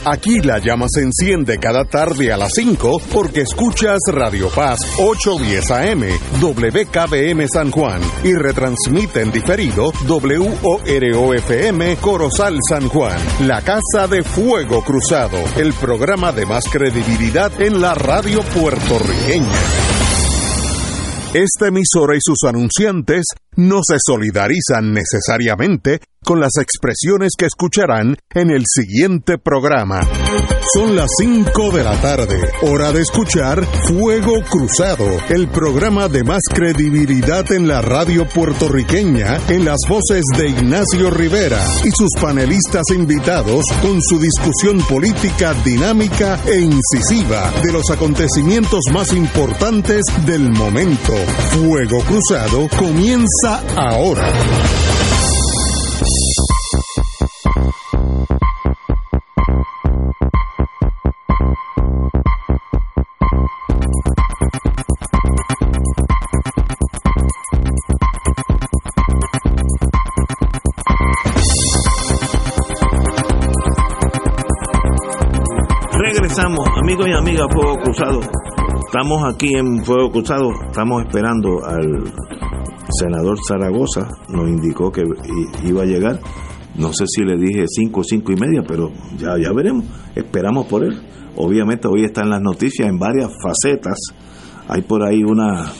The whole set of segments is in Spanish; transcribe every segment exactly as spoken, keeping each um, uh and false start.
Aquí la llama se enciende cada tarde a las cinco porque escuchas Radio Paz ochocientos diez A M, W K B M San Juan y retransmite en diferido W O R O F M Corozal San Juan. La Casa de Fuego Cruzado, el programa de más credibilidad en la radio puertorriqueña. Esta emisora y sus anunciantes no se solidarizan necesariamente con las expresiones que escucharán en el siguiente programa. Son las cinco de la tarde, hora de escuchar Fuego Cruzado, el programa de más credibilidad en la radio puertorriqueña, en las voces de Ignacio Rivera y sus panelistas invitados con su discusión política dinámica e incisiva de los acontecimientos más importantes del momento. Fuego Cruzado comienza ahora. Regresamos, amigos y amigas, Fuego Cruzado. Estamos aquí en Fuego Cruzado, estamos esperando al senador Zaragoza, nos indicó que iba a llegar, no sé si le dije cinco, cinco y media, pero ya, ya veremos, esperamos por él. Obviamente hoy está en las noticias en varias facetas, hay por ahí una,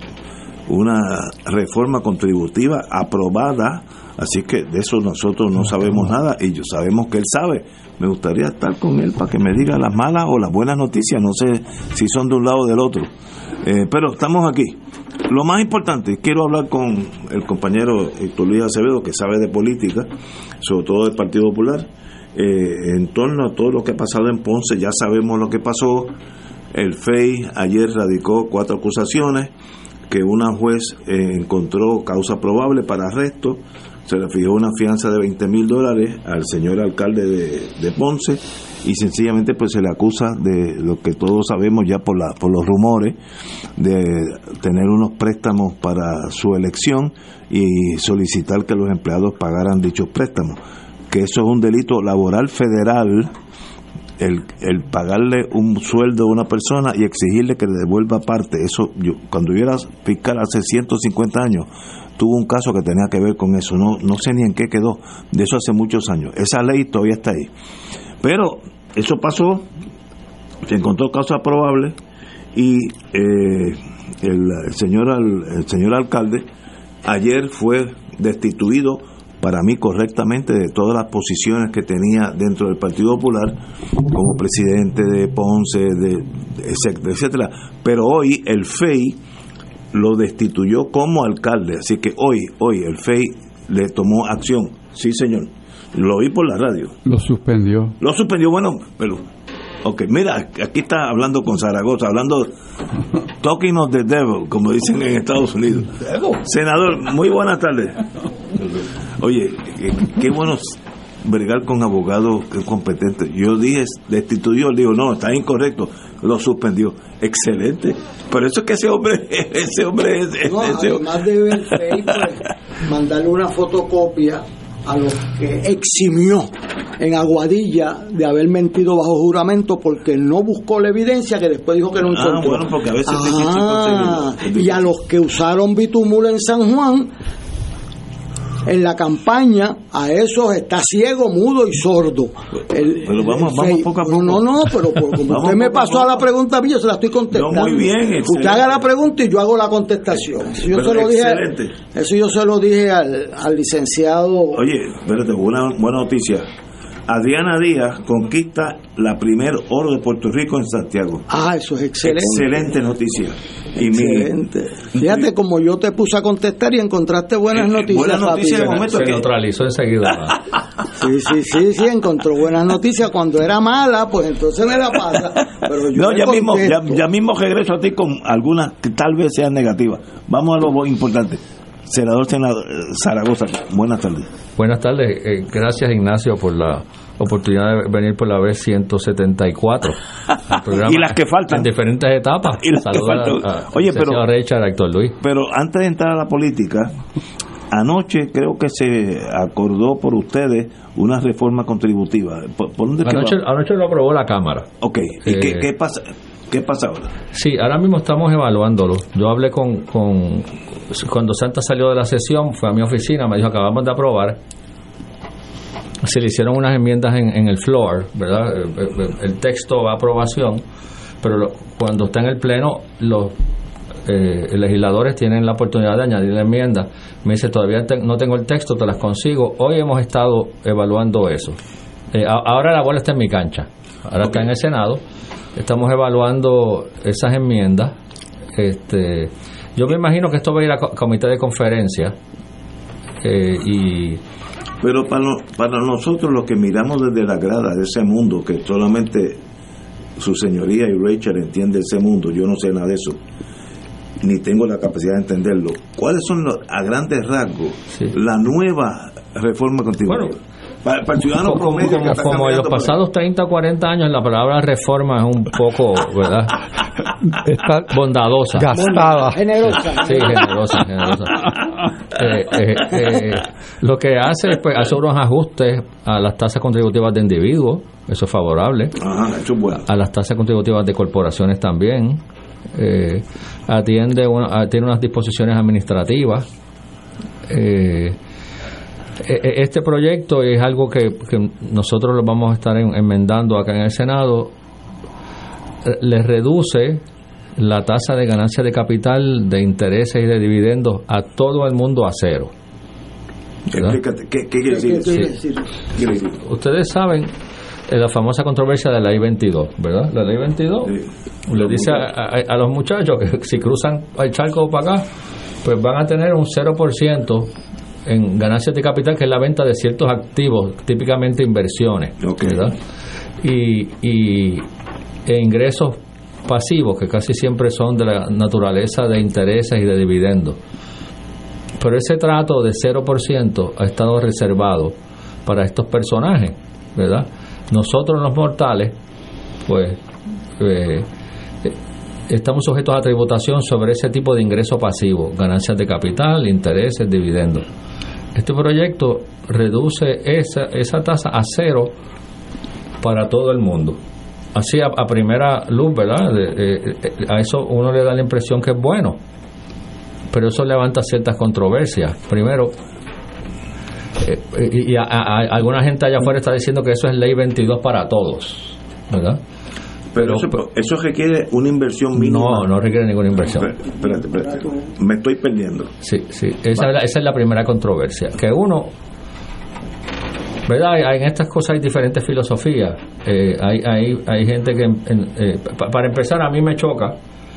una reforma contributiva aprobada, así que de eso nosotros no sabemos nada y yo sabemos que él sabe. Me gustaría estar con él para que me diga las malas o las buenas noticias, no sé si son de un lado o del otro, eh, pero estamos aquí. Lo más importante, quiero hablar con el compañero Héctor Luis Acevedo, que sabe de política, sobre todo del Partido Popular, eh, en torno a todo lo que ha pasado en Ponce. Ya sabemos lo que pasó. El F E I ayer radicó cuatro acusaciones que una juez eh, encontró causa probable para arresto. Se le fijó una fianza de veinte mil dólares al señor alcalde de, de Ponce y sencillamente pues se le acusa de lo que todos sabemos ya por, la, por los rumores, de tener unos préstamos para su elección y solicitar que los empleados pagaran dichos préstamos, que eso es un delito laboral federal, el, el pagarle un sueldo a una persona y exigirle que le devuelva parte. Eso, yo cuando yo era fiscal hace ciento cincuenta años, tuvo un caso que tenía que ver con eso, no no sé ni en qué quedó, de eso hace muchos años. Esa ley todavía está ahí, pero eso pasó, se encontró causa probable y eh, el, el señor el señor alcalde ayer fue destituido, para mí correctamente, de todas las posiciones que tenía dentro del Partido Popular como presidente de Ponce, de, etcétera, etcétera. Pero hoy el F E I lo destituyó como alcalde, así que hoy, hoy el F E I le tomó acción. Sí, señor, lo oí por la radio. Lo suspendió. Lo suspendió, bueno, pero, ok, mira, aquí está hablando con Zaragoza, hablando, talking of the devil, como dicen en Estados Unidos. Senador, muy buenas tardes. Oye, qué, qué bueno bregar con abogados competentes. Yo dije, destituyó, digo, no, está incorrecto, lo suspendió. Excelente. Por eso es que ese hombre, ese hombre es... No, ese, además debe el F E I pues, mandarle una fotocopia a los que eximió en Aguadilla de haber mentido bajo juramento porque no buscó la evidencia que después dijo que no encontró. Ah, bueno, porque a veces ah, es difícil. Y a los que usaron bitumul en San Juan en la campaña, a esos está ciego, mudo y sordo. El, pero vamos, el, vamos poco a poco. No, no, no, pero como usted me pasó a la pregunta mía, yo se la estoy contestando. No, muy bien. Excelente. Usted haga la pregunta y yo hago la contestación. Eso yo, se lo, dije, eso yo se lo dije al, al licenciado. Oye, espérate, una buena noticia. Adriana Díaz conquista la primer oro de Puerto Rico en Santiago. Ah, eso es excelente. Excelente noticia. Y excelente. Mi, Fíjate como yo te puse a contestar y encontraste buenas noticias. Buenas noticias de momento. Se que... neutralizó enseguida. Sí, sí, sí, sí, encontró buenas noticias. Cuando era mala, pues entonces me la pasa. Pero yo no, ya mismo, ya, ya mismo regreso a ti con algunas que tal vez sean negativas. Vamos a lo importante. Senador, senador Zaragoza, buenas tardes. Buenas tardes, eh, gracias Ignacio por la oportunidad de venir por la vez ciento setenta y cuatro. Y las que faltan. En diferentes etapas. Y las que faltan. A, a Oye, pero, Richard, Héctor Luis. pero antes de entrar a la política, anoche creo que se acordó por ustedes una reforma contributiva. ¿Por, por dónde anoche, anoche lo aprobó la Cámara. Ok, ¿y eh, qué, qué pasa? ¿Qué pasa ahora? Sí, ahora mismo estamos evaluándolo. Yo hablé con, con cuando Santa salió de la sesión, fue a mi oficina, me dijo, acabamos de aprobar. Se le hicieron unas enmiendas en, en el floor, ¿verdad? El, el texto va a aprobación, pero lo, cuando está en el pleno, los eh, legisladores tienen la oportunidad de añadir la enmienda. Me dice, todavía te, no tengo el texto, te las consigo. Hoy hemos estado evaluando eso. Eh, a, ahora la bola está en mi cancha. Ahora okay. Está en el Senado. Estamos evaluando esas enmiendas. Este, yo me imagino que esto va a ir a comité de conferencia eh, y pero para, para nosotros los que miramos desde la grada de ese mundo, que solamente su señoría y Rachel entiende ese mundo, yo no sé nada de eso, ni tengo la capacidad de entenderlo. ¿Cuáles son los, a grandes rasgos, sí. la nueva reforma contributiva? Bueno, para, para el ciudadano como, promedio como, como en los pasados treinta o cuarenta años la palabra reforma es un poco, ¿verdad? Está bondadosa, gastada, generosa. Sí, generosa, generosa. Eh, eh, eh, lo que hace es pues, hace unos ajustes a las tasas contributivas de individuos, eso es favorable. Ajá, eso es bueno. A las tasas contributivas de corporaciones también. Eh, atiende una, tiene unas disposiciones administrativas. Eh, Este proyecto es algo que, que nosotros lo vamos a estar enmendando acá en el Senado. Le reduce la tasa de ganancia de capital, de intereses y de dividendos a todo el mundo a cero. Explícate, ¿qué, qué quiere decir? Sí. ¿Qué quiere decir? Ustedes saben la famosa controversia de la ley veintidós, ¿verdad? La ley veintidós sí. Le dice a, a, a los muchachos que si cruzan el charco para acá, pues van a tener un cero por ciento en ganancias de capital, que es la venta de ciertos activos, típicamente inversiones, okay. ¿verdad? Y, y e ingresos pasivos, que casi siempre son de la naturaleza de intereses y de dividendos. Pero ese trato de cero por ciento ha estado reservado para estos personajes, ¿verdad? Nosotros los mortales, pues, eh, estamos sujetos a tributación sobre ese tipo de ingreso pasivo, ganancias de capital, intereses, dividendos. Este proyecto reduce esa, esa tasa a cero para todo el mundo. Así a, a primera luz, ¿verdad? De, eh, a eso uno le da la impresión que es bueno, pero eso levanta ciertas controversias. Primero, eh, y, y a, a, a alguna gente allá afuera está diciendo que eso es ley veintidós para todos, ¿verdad? Pero, pero eso, eso requiere una inversión mínima. No, no requiere ninguna inversión. Espérate, espérate. Me estoy perdiendo. Sí, sí. Esa, vale. es la, esa es la primera controversia. Que uno, ¿verdad? Hay, en estas cosas hay diferentes filosofías. Eh, hay, hay, hay gente que, en, eh, pa, para empezar, a mí me choca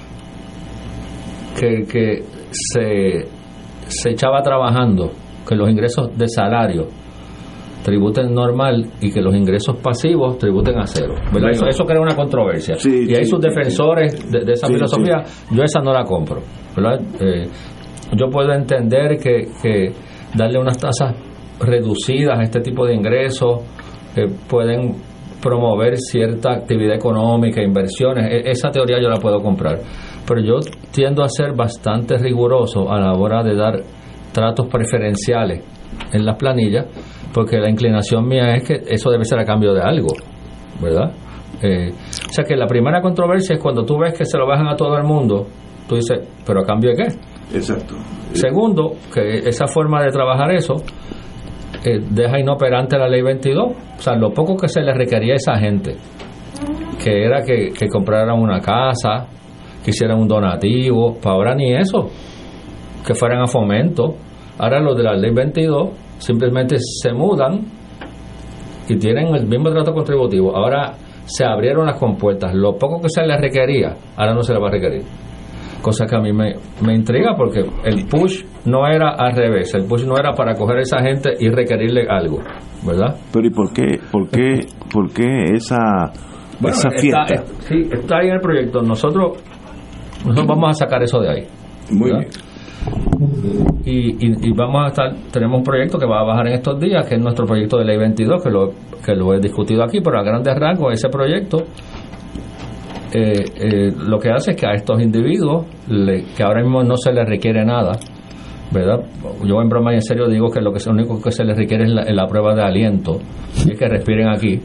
que, que se, se echaba trabajando, que los ingresos de salario tributen normal y que los ingresos pasivos tributen a cero, ¿verdad? Eso, eso crea una controversia. Sí, y hay sí, sus defensores sí, de, de esa sí, filosofía. Sí. Yo esa no la compro, ¿verdad? Eh, yo puedo entender que, que darle unas tasas reducidas a este tipo de ingresos eh, pueden promover cierta actividad económica, inversiones. E- esa teoría yo la puedo comprar. Pero yo tiendo a ser bastante riguroso a la hora de dar tratos preferenciales en las planillas, porque la inclinación mía es que eso debe ser a cambio de algo, ¿verdad? Eh, o sea que la primera controversia es cuando tú ves que se lo bajan a todo el mundo, tú dices, ¿pero a cambio de qué? Exacto. Segundo, que esa forma de trabajar eso eh, deja inoperante la ley veintidós. O sea, lo poco que se le requería a esa gente, que era que, que compraran una casa, que hicieran un donativo, para ahora ni eso, que fueran a fomento. Ahora los de la ley veintidós simplemente se mudan y tienen el mismo trato contributivo. Ahora se abrieron las compuertas. Lo poco que se les requería, ahora no se les va a requerir. Cosa que a mí me, me intriga, porque el push no era al revés. El push no era para coger a esa gente y requerirle algo, ¿verdad? Pero ¿y por qué, por qué, por qué esa, bueno, esa fiesta? Está, sí, está ahí en el proyecto. Nosotros, nosotros vamos a sacar eso de ahí. Muy ¿verdad? bien. Y, y, y vamos a estar, tenemos un proyecto que va a bajar en estos días, que es nuestro proyecto de ley veintidós, que lo, que lo he discutido aquí, pero a grandes rasgos ese proyecto eh, eh, lo que hace es que a estos individuos le, que ahora mismo no se les requiere nada, ¿verdad? Yo en broma y en serio digo que lo que es lo único que se les requiere es la, es la prueba de aliento, y es que respiren aquí.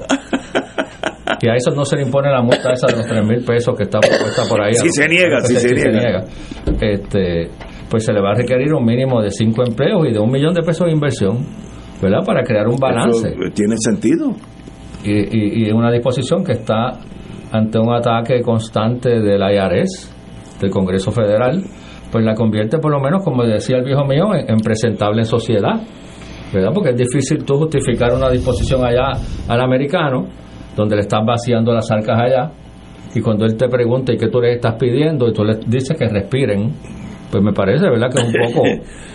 Y a eso no se le impone la multa esa de los tres mil pesos que está puesta por ahí. Si se niega, si se, se niega. niega. Este, pues se le va a requerir un mínimo de cinco empleos y de un millón de pesos de inversión, ¿verdad? Para crear un balance. Eso tiene sentido. Y, y, y una disposición que está ante un ataque constante del I R S, del Congreso Federal, pues la convierte, por lo menos, como decía el viejo mío, en, en presentable en sociedad, ¿verdad? Porque es difícil tú justificar una disposición allá al americano, donde le estás vaciando las arcas allá, y cuando él te pregunta ¿y qué tú le estás pidiendo? Y tú le dices que respiren, pues me parece, ¿verdad?, que es un poco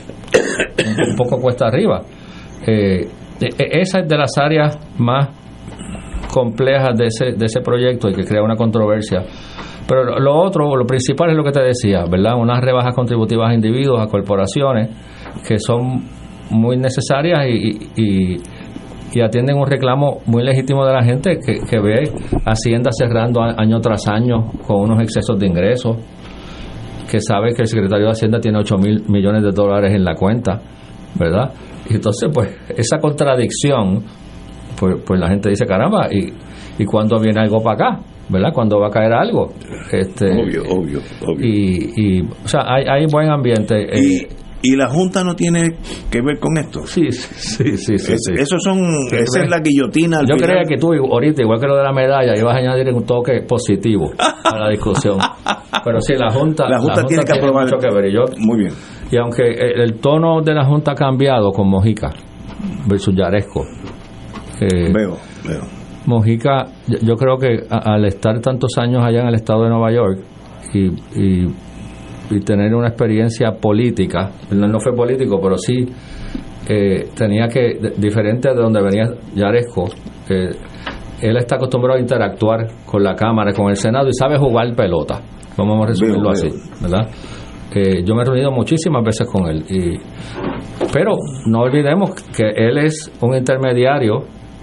un poco cuesta arriba. Eh, esa es de las áreas más complejas de ese de ese proyecto y que crea una controversia. Pero lo, lo otro, lo principal es lo que te decía, ¿verdad? Unas rebajas contributivas a individuos, a corporaciones, que son muy necesarias y, y, y atienden un reclamo muy legítimo de la gente que, que ve Hacienda cerrando año tras año con unos excesos de ingresos, que sabe que el secretario de Hacienda tiene ocho mil millones de dólares en la cuenta, ¿verdad? Y entonces, pues, esa contradicción, pues, pues la gente dice, caramba, ¿y, y cuándo viene algo para acá? ¿Verdad? Cuando va a caer algo. Este, obvio, obvio, obvio. Y, y o sea, hay, hay buen ambiente. Y, eh, ¿Y la Junta no tiene que ver con esto? Sí, sí, sí. sí, es, sí. Esos son, sí, esa es la guillotina al Yo final. creía que tú, ahorita, igual que lo de la medalla, ibas a añadir un toque positivo a la discusión. Pero sí, la Junta, la Junta, la Junta tiene que tiene aprobar. mucho que ver. Y yo, muy bien. Y aunque el, el tono de la Junta ha cambiado con Mojica versus Yaresco. Eh, veo, veo. Mojica, yo, yo creo que a, al estar tantos años allá en el estado de Nueva York y, y, y tener una experiencia política, él no fue político, pero sí eh, tenía que, de, diferente de donde venía Yaresco, eh, él está acostumbrado a interactuar con la Cámara, con el Senado y sabe jugar pelota, vamos a resumirlo veo, así, veo. ¿verdad? Eh, yo me he reunido muchísimas veces con él, y, pero no olvidemos que él es un intermediario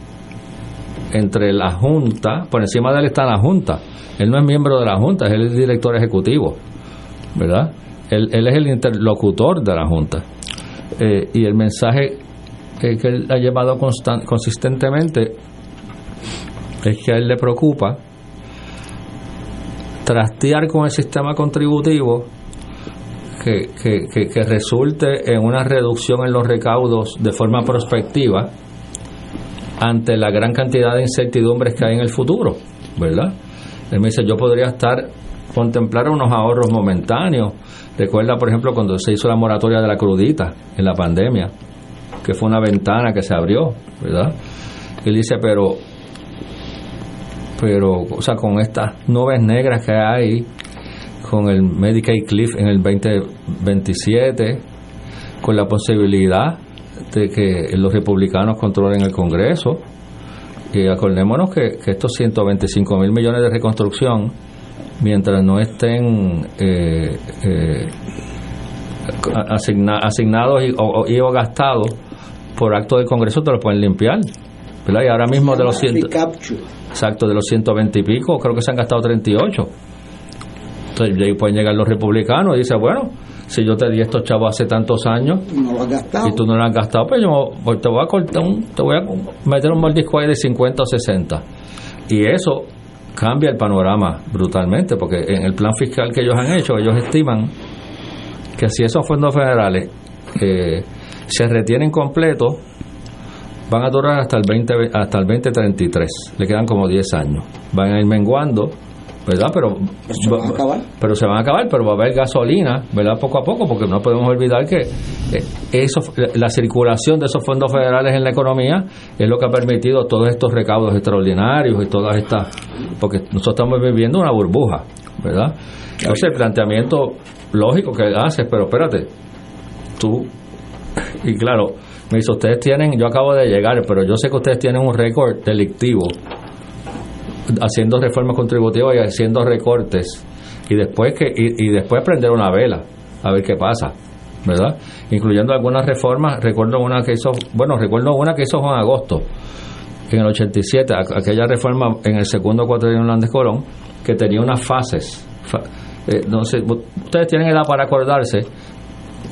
entre la Junta, por encima de él está la Junta. Él no es miembro de la Junta, es el director ejecutivo, ¿verdad? Él, él es el interlocutor de la Junta. Eh, y el mensaje que, que él ha llevado constant, consistentemente es que a él le preocupa trastear con el sistema contributivo que, que, que, que resulte en una reducción en los recaudos de forma prospectiva ante la gran cantidad de incertidumbres que hay en el futuro, ¿verdad? Él me dice, yo podría estar, contemplar unos ahorros momentáneos. Recuerda, por ejemplo, cuando se hizo la moratoria de la crudita en la pandemia, que fue una ventana que se abrió, ¿verdad? Él dice, pero, pero, o sea, con estas nubes negras que hay, con el Medicaid Cliff en el veinte veintisiete, con la posibilidad de que los republicanos controlen el Congreso, y acordémonos que, que estos ciento veinticinco mil millones de reconstrucción, mientras no estén eh, eh, asigna, asignados y o, y o gastados por acto del Congreso, te lo pueden limpiar, ¿verdad? Y ahora mismo de los ciento, exacto, de los ciento veinte y pico, creo que se han gastado treinta y ocho. Entonces ahí pueden llegar los republicanos y dicen, bueno, si yo te di estos chavos hace tantos años no lo has gastado, y tú no lo has gastado, pues yo pues te voy a cortar un, te voy a meter un mordisco ahí de cincuenta o sesenta. Y eso cambia el panorama brutalmente, porque en el plan fiscal que ellos han hecho, ellos estiman que si esos fondos federales eh, se retienen completos, van a durar hasta el veinte hasta el veinte treinta y tres. Le quedan como diez años. Van a ir menguando, ¿verdad? Pero se van a acabar. Pero se van a acabar, pero va a haber gasolina, ¿verdad? Poco a poco, porque no podemos olvidar que eso, la circulación de esos fondos federales en la economía es lo que ha permitido todos estos recaudos extraordinarios y todas estas, porque nosotros estamos viviendo una burbuja, ¿verdad? Entonces el planteamiento lógico que haces, pero espérate, tú, y claro, me dice, ustedes tienen, yo acabo de llegar, pero yo sé que ustedes tienen un récord delictivo haciendo reformas contributivas y haciendo recortes, y después que y, y después prender una vela a ver qué pasa, ¿verdad? Incluyendo algunas reformas. Recuerdo una que hizo, bueno, recuerdo una que hizo Juan Agosto en el ochenta y siete, aquella reforma en el segundo cuatrienio de Hernández Colón, que tenía unas fases. Fa, eh, no sé, ustedes tienen edad para acordarse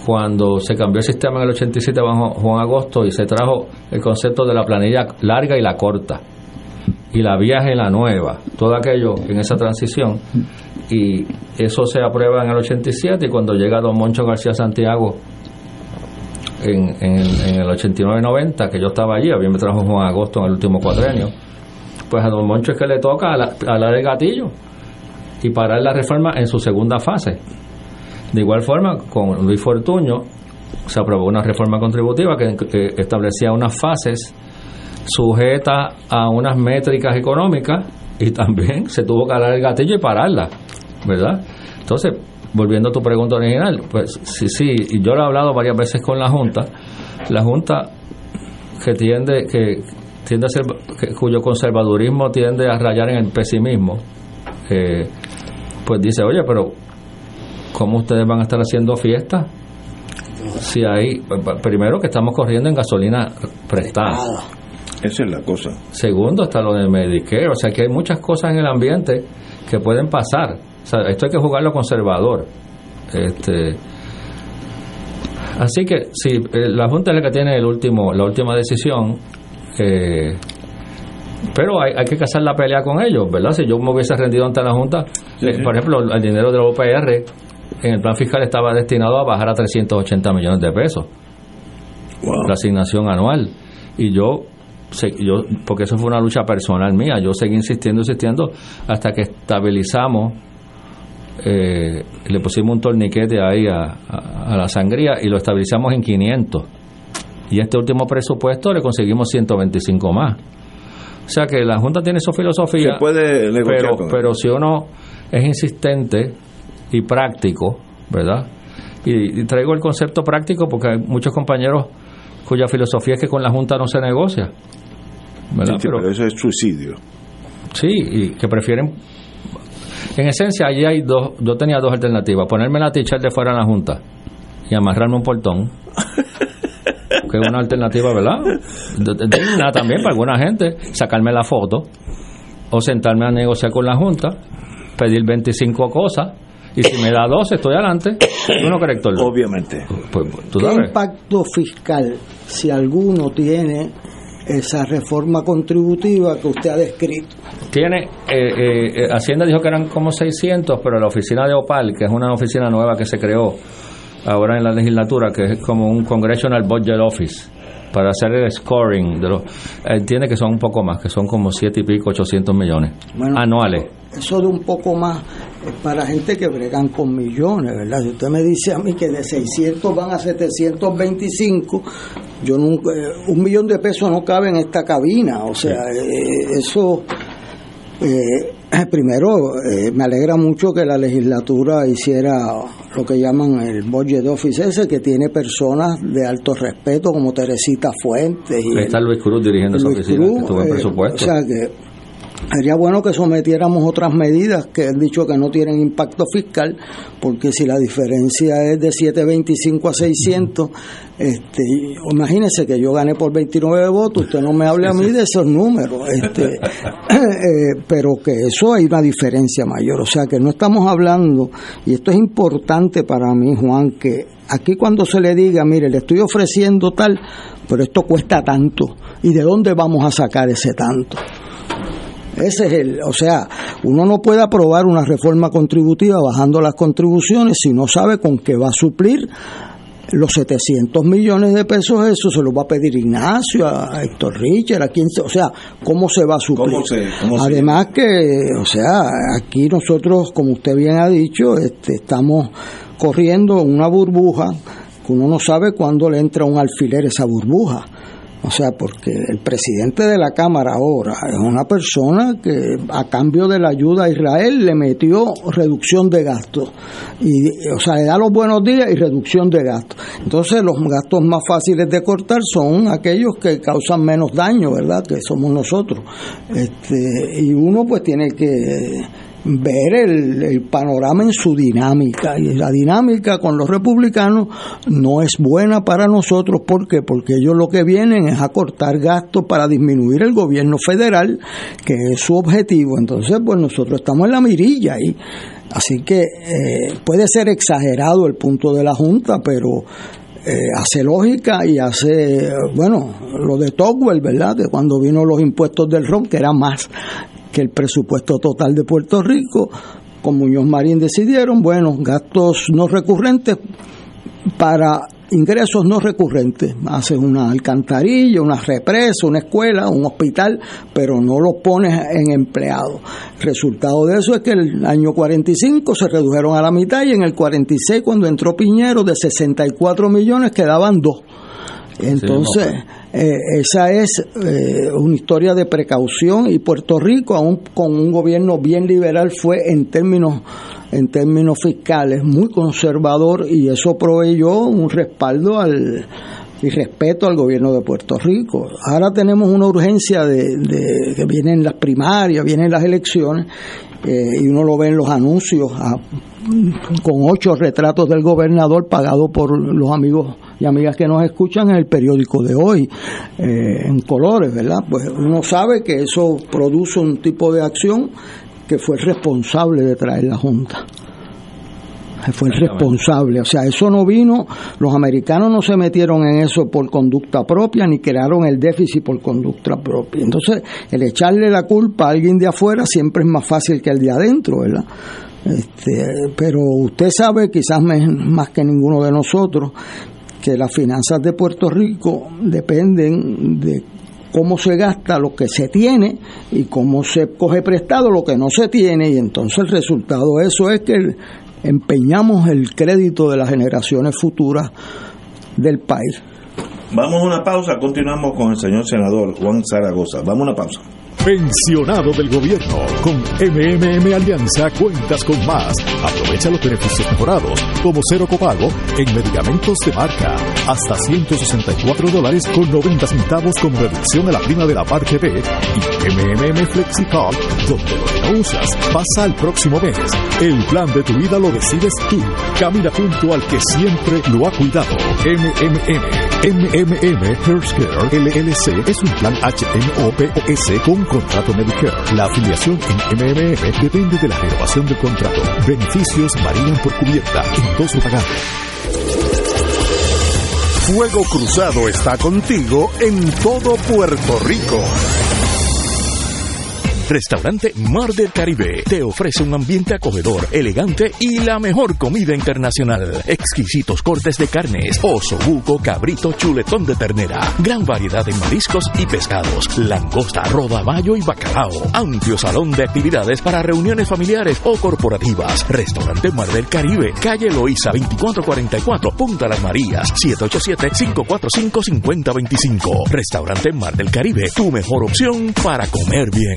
cuando se cambió el sistema en el ochenta y siete bajo Juan Agosto y se trajo el concepto de la planilla larga y la corta, y la vieja y la nueva, todo aquello en esa transición, y eso se aprueba en el ochenta y siete, y cuando llega don Moncho García Santiago en, en, en el ochenta y nueve noventa, que yo estaba allí, a mí me trajo Juan Agosto en el último cuatrenio, pues a don Moncho es que le toca alar el gatillo y parar la reforma en su segunda fase. De igual forma, con Luis Fortuño se aprobó una reforma contributiva que, que establecía unas fases sujetas a unas métricas económicas, y también se tuvo que alar el gatillo y pararla, ¿verdad? Entonces, volviendo a tu pregunta original, pues sí, sí, y yo lo he hablado varias veces con la Junta, la Junta que tiende, que tiende a ser, que, cuyo conservadurismo tiende a rayar en el pesimismo, eh, pues dice, oye, pero ¿cómo ustedes van a estar haciendo fiesta? Si hay, primero que estamos corriendo en gasolina prestada. Esa es la cosa. Segundo, está lo de Medicare, o sea que hay muchas cosas en el ambiente que pueden pasar. O sea, esto hay que jugarlo conservador. Este, así que sí, la Junta es la que tiene el último, la última decisión, eh, pero hay, hay que cazar la pelea con ellos, ¿verdad? Si yo me hubiese rendido ante la Junta, sí, eh, sí. por ejemplo, el dinero de la O P R en el plan fiscal estaba destinado a bajar a trescientos ochenta millones de pesos, wow, la asignación anual, y yo yo porque eso fue una lucha personal mía, yo seguí insistiendo, insistiendo hasta que estabilizamos, eh, le pusimos un torniquete ahí a, a, a la sangría y lo estabilizamos en quinientos, y este último presupuesto le conseguimos ciento veinticinco más. O sea que la Junta tiene su filosofía, se puede negociar, pero, con pero si uno es insistente y práctico, ¿verdad? Y, y traigo el concepto práctico porque hay muchos compañeros cuya filosofía es que con la Junta no se negocia, ¿verdad? Sí, sí, pero, pero eso es suicidio. Sí, y que prefieren, en esencia, allí hay dos, yo tenía dos alternativas: ponerme la t-shirt de fuera en la Junta y amarrarme un portón, que es una alternativa, ¿verdad? Digna también para alguna gente, sacarme la foto, o sentarme a negociar con la Junta, pedir veinticinco cosas, y si me da doce estoy adelante. ¿Tú no crees, Héctor? Obviamente. Pues, ¿tú ¿Qué sabes? impacto fiscal, si alguno, tiene esa reforma contributiva que usted ha descrito? Tiene, eh, eh, Hacienda dijo que eran como seiscientos, pero la oficina de OPAL, que es una oficina nueva que se creó ahora en la legislatura, que es como un Congressional Budget Office, para hacer el scoring de los, entiende que son un poco más, que son como siete y pico, ochocientos millones, bueno, anuales. Eso de un poco más es para gente que bregan con millones, ¿verdad? Si usted me dice a mí que de seiscientos van a setecientos veinticinco, yo nunca, un millón de pesos no cabe en esta cabina, o sea, sí. eh, eso eh, primero eh, me alegra mucho que la legislatura hiciera lo que llaman el budget office ese, que tiene personas de alto respeto como Teresita Fuentes y está Luis Cruz dirigiendo esa oficina, Cruz, que estuvo en presupuesto. Eh, o sea que sería bueno que sometiéramos otras medidas que han dicho que no tienen impacto fiscal, porque si la diferencia es de setecientos veinticinco a seiscientos, este, imagínese que yo gané por veintinueve votos, usted no me hable a mí de esos números, este, eh, pero que eso hay una diferencia mayor, o sea que no estamos hablando, y esto es importante para mí, Juan, que aquí cuando se le diga, mire, le estoy ofreciendo tal, pero esto cuesta tanto, ¿y de dónde vamos a sacar ese tanto? Ese es el, o sea, uno no puede aprobar una reforma contributiva bajando las contribuciones si no sabe con qué va a suplir los setecientos millones de pesos. Eso se los va a pedir Ignacio, a Héctor Richard, a quien, o sea, cómo se va a suplir. ¿Cómo se, cómo Además se... que, o sea, aquí nosotros, como usted bien ha dicho, este, estamos corriendo una burbuja que uno no sabe cuándo le entra un alfiler esa burbuja. O sea, porque el presidente de la Cámara ahora es una persona que a cambio de la ayuda a Israel le metió reducción de gastos. Y, o sea, le da los buenos días y reducción de gastos. Entonces, los gastos más fáciles de cortar son aquellos que causan menos daño, ¿verdad? Que somos nosotros. Este, y uno pues tiene que ver el, el panorama en su dinámica, y la dinámica con los republicanos no es buena para nosotros. ¿Por qué? Porque ellos lo que vienen es a cortar gastos para disminuir el gobierno federal, que es su objetivo. Entonces pues nosotros estamos en la mirilla ahí. Así que eh, puede ser exagerado el punto de la Junta, pero eh, hace lógica y hace, bueno, lo de Tocqueville, ¿verdad? Que cuando vino los impuestos del ron, que era más que el presupuesto total de Puerto Rico, con Muñoz Marín decidieron, bueno, gastos no recurrentes para ingresos no recurrentes. Haces una alcantarilla, una represa, una escuela, un hospital, pero no los pones en empleados. El resultado de eso es que el año cuarenta y cinco se redujeron a la mitad y en el cuarenta y seis, cuando entró Piñero, de sesenta y cuatro millones quedaban dos. Entonces, eh, esa es eh, una historia de precaución, y Puerto Rico, aún con un gobierno bien liberal, fue en términos en términos fiscales muy conservador, y eso proveyó un respaldo al y respeto al gobierno de Puerto Rico. Ahora tenemos una urgencia de, de que vienen las primarias, vienen las elecciones, eh, y uno lo ve en los anuncios a, con ocho retratos del gobernador pagados por los amigos y amigas que nos escuchan en el periódico de hoy, eh, en colores, ¿verdad? Pues uno sabe que eso produce un tipo de acción que fue el responsable de traer la Junta. Fue el responsable, o sea, eso no vino, los americanos no se metieron en eso por conducta propia, ni crearon el déficit por conducta propia. Entonces, el echarle la culpa a alguien de afuera siempre es más fácil que al de adentro, ¿verdad? Este, pero usted sabe, quizás más que ninguno de nosotros, que las finanzas de Puerto Rico dependen de cómo se gasta lo que se tiene y cómo se coge prestado lo que no se tiene, y entonces el resultado de eso es que el, empeñamos el crédito de las generaciones futuras del país. Vamos a una pausa, continuamos con el señor senador Juan Zaragoza. Vamos a una pausa. Pensionado del gobierno. Con M M M Alianza cuentas con más. Aprovecha los beneficios mejorados, como cero copago en medicamentos de marca, hasta ciento sesenta y cuatro dólares con noventa centavos como reducción a la prima de la parte B, y M M M FlexiCard, donde lo que no usas pasa al próximo mes. El plan de tu vida lo decides tú. Camina junto al que siempre lo ha cuidado. M M M. M M M Healthcare L L C es un plan H M O P O S con contrato Medicare. La afiliación en M M M depende de la renovación del contrato. Beneficios varían por cubierta en dos pagables. Fuego Cruzado está contigo en todo Puerto Rico. Restaurante Mar del Caribe te ofrece un ambiente acogedor, elegante y la mejor comida internacional. Exquisitos cortes de carnes, oso, buco, cabrito, chuletón de ternera, gran variedad de mariscos y pescados, langosta, rodaballo y bacalao. Amplio salón de actividades para reuniones familiares o corporativas. Restaurante Mar del Caribe, calle Loíza veinticuatro cuarenta y cuatro, Punta Las Marías, siete ocho siete, cinco cuatro cinco, cinco cero dos cinco. Restaurante Mar del Caribe, tu mejor opción para comer bien.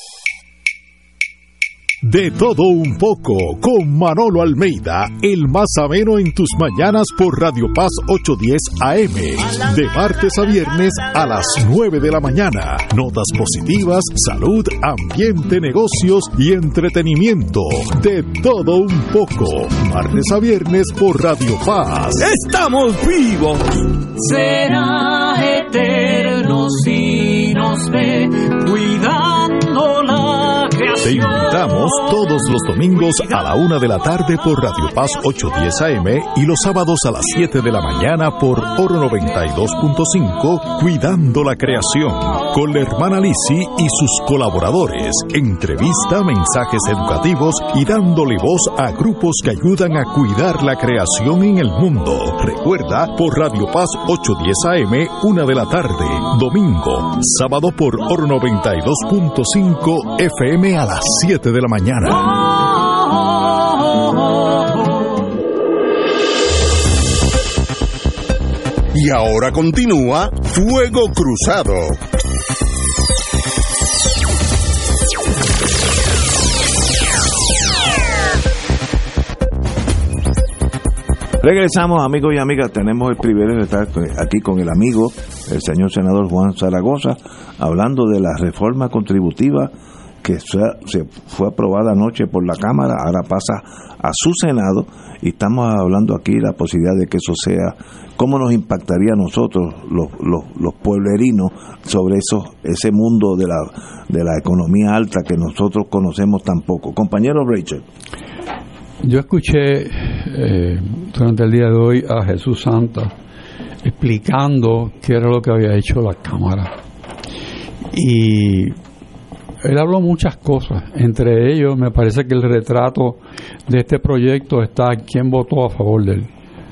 De todo un poco, con Manolo Almeida, el más ameno en tus mañanas por Radio Paz ochocientos diez A M, de martes a viernes a las nueve de la mañana. Notas positivas, salud, ambiente, negocios y entretenimiento. De todo un poco, martes a viernes por Radio Paz. ¡Estamos vivos! Será eterno si nos ve cuidando la creación. Te invitamos todos los domingos a la una de la tarde por Radio Paz ochocientos diez A M y los sábados a las siete de la mañana por Oro noventa y dos punto cinco, Cuidando la Creación, con la hermana Lizzy y sus colaboradores. Entrevista, mensajes educativos y dándole voz a grupos que ayudan a cuidar la creación en el mundo. Recuerda, por Radio Paz ochocientos diez A M, una de la tarde, domingo, sábado por Oro noventa y dos punto cinco F M a las siete de la mañana. Y ahora continúa Fuego Cruzado. Regresamos, amigos y amigas. Tenemos el privilegio de estar aquí con el amigo, el señor senador Juan Zaragoza, hablando de la reforma contributiva que se fue aprobada anoche por la Cámara, ahora pasa a su Senado, y estamos hablando aquí de la posibilidad de que eso sea, cómo nos impactaría a nosotros, los, los, los pueblerinos, sobre eso, ese mundo de la, de la economía alta que nosotros conocemos tan poco. Compañero Rachel. yo escuché eh, durante el día de hoy a Jesús Santa explicando qué era lo que había hecho la Cámara. Y él habló muchas cosas. Entre ellos, me parece que el retrato de este proyecto está quién votó a favor de él.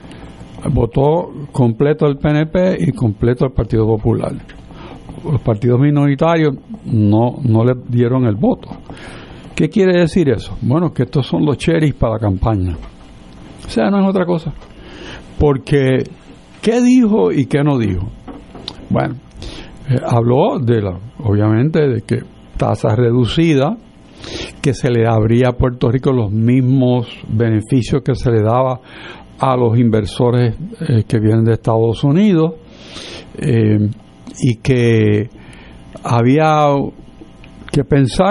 Votó completo el P N P y completo el Partido Popular. Los partidos minoritarios no, no le dieron el voto. ¿Qué quiere decir eso? Bueno, que estos son los cherries para la campaña. O sea, no es otra cosa. Porque, ¿qué dijo y qué no dijo? Bueno, eh, habló de la, obviamente, de que tasa reducida, que se le daría a Puerto Rico los mismos beneficios que se le daba a los inversores eh, que vienen de Estados Unidos, eh, y que había que pensar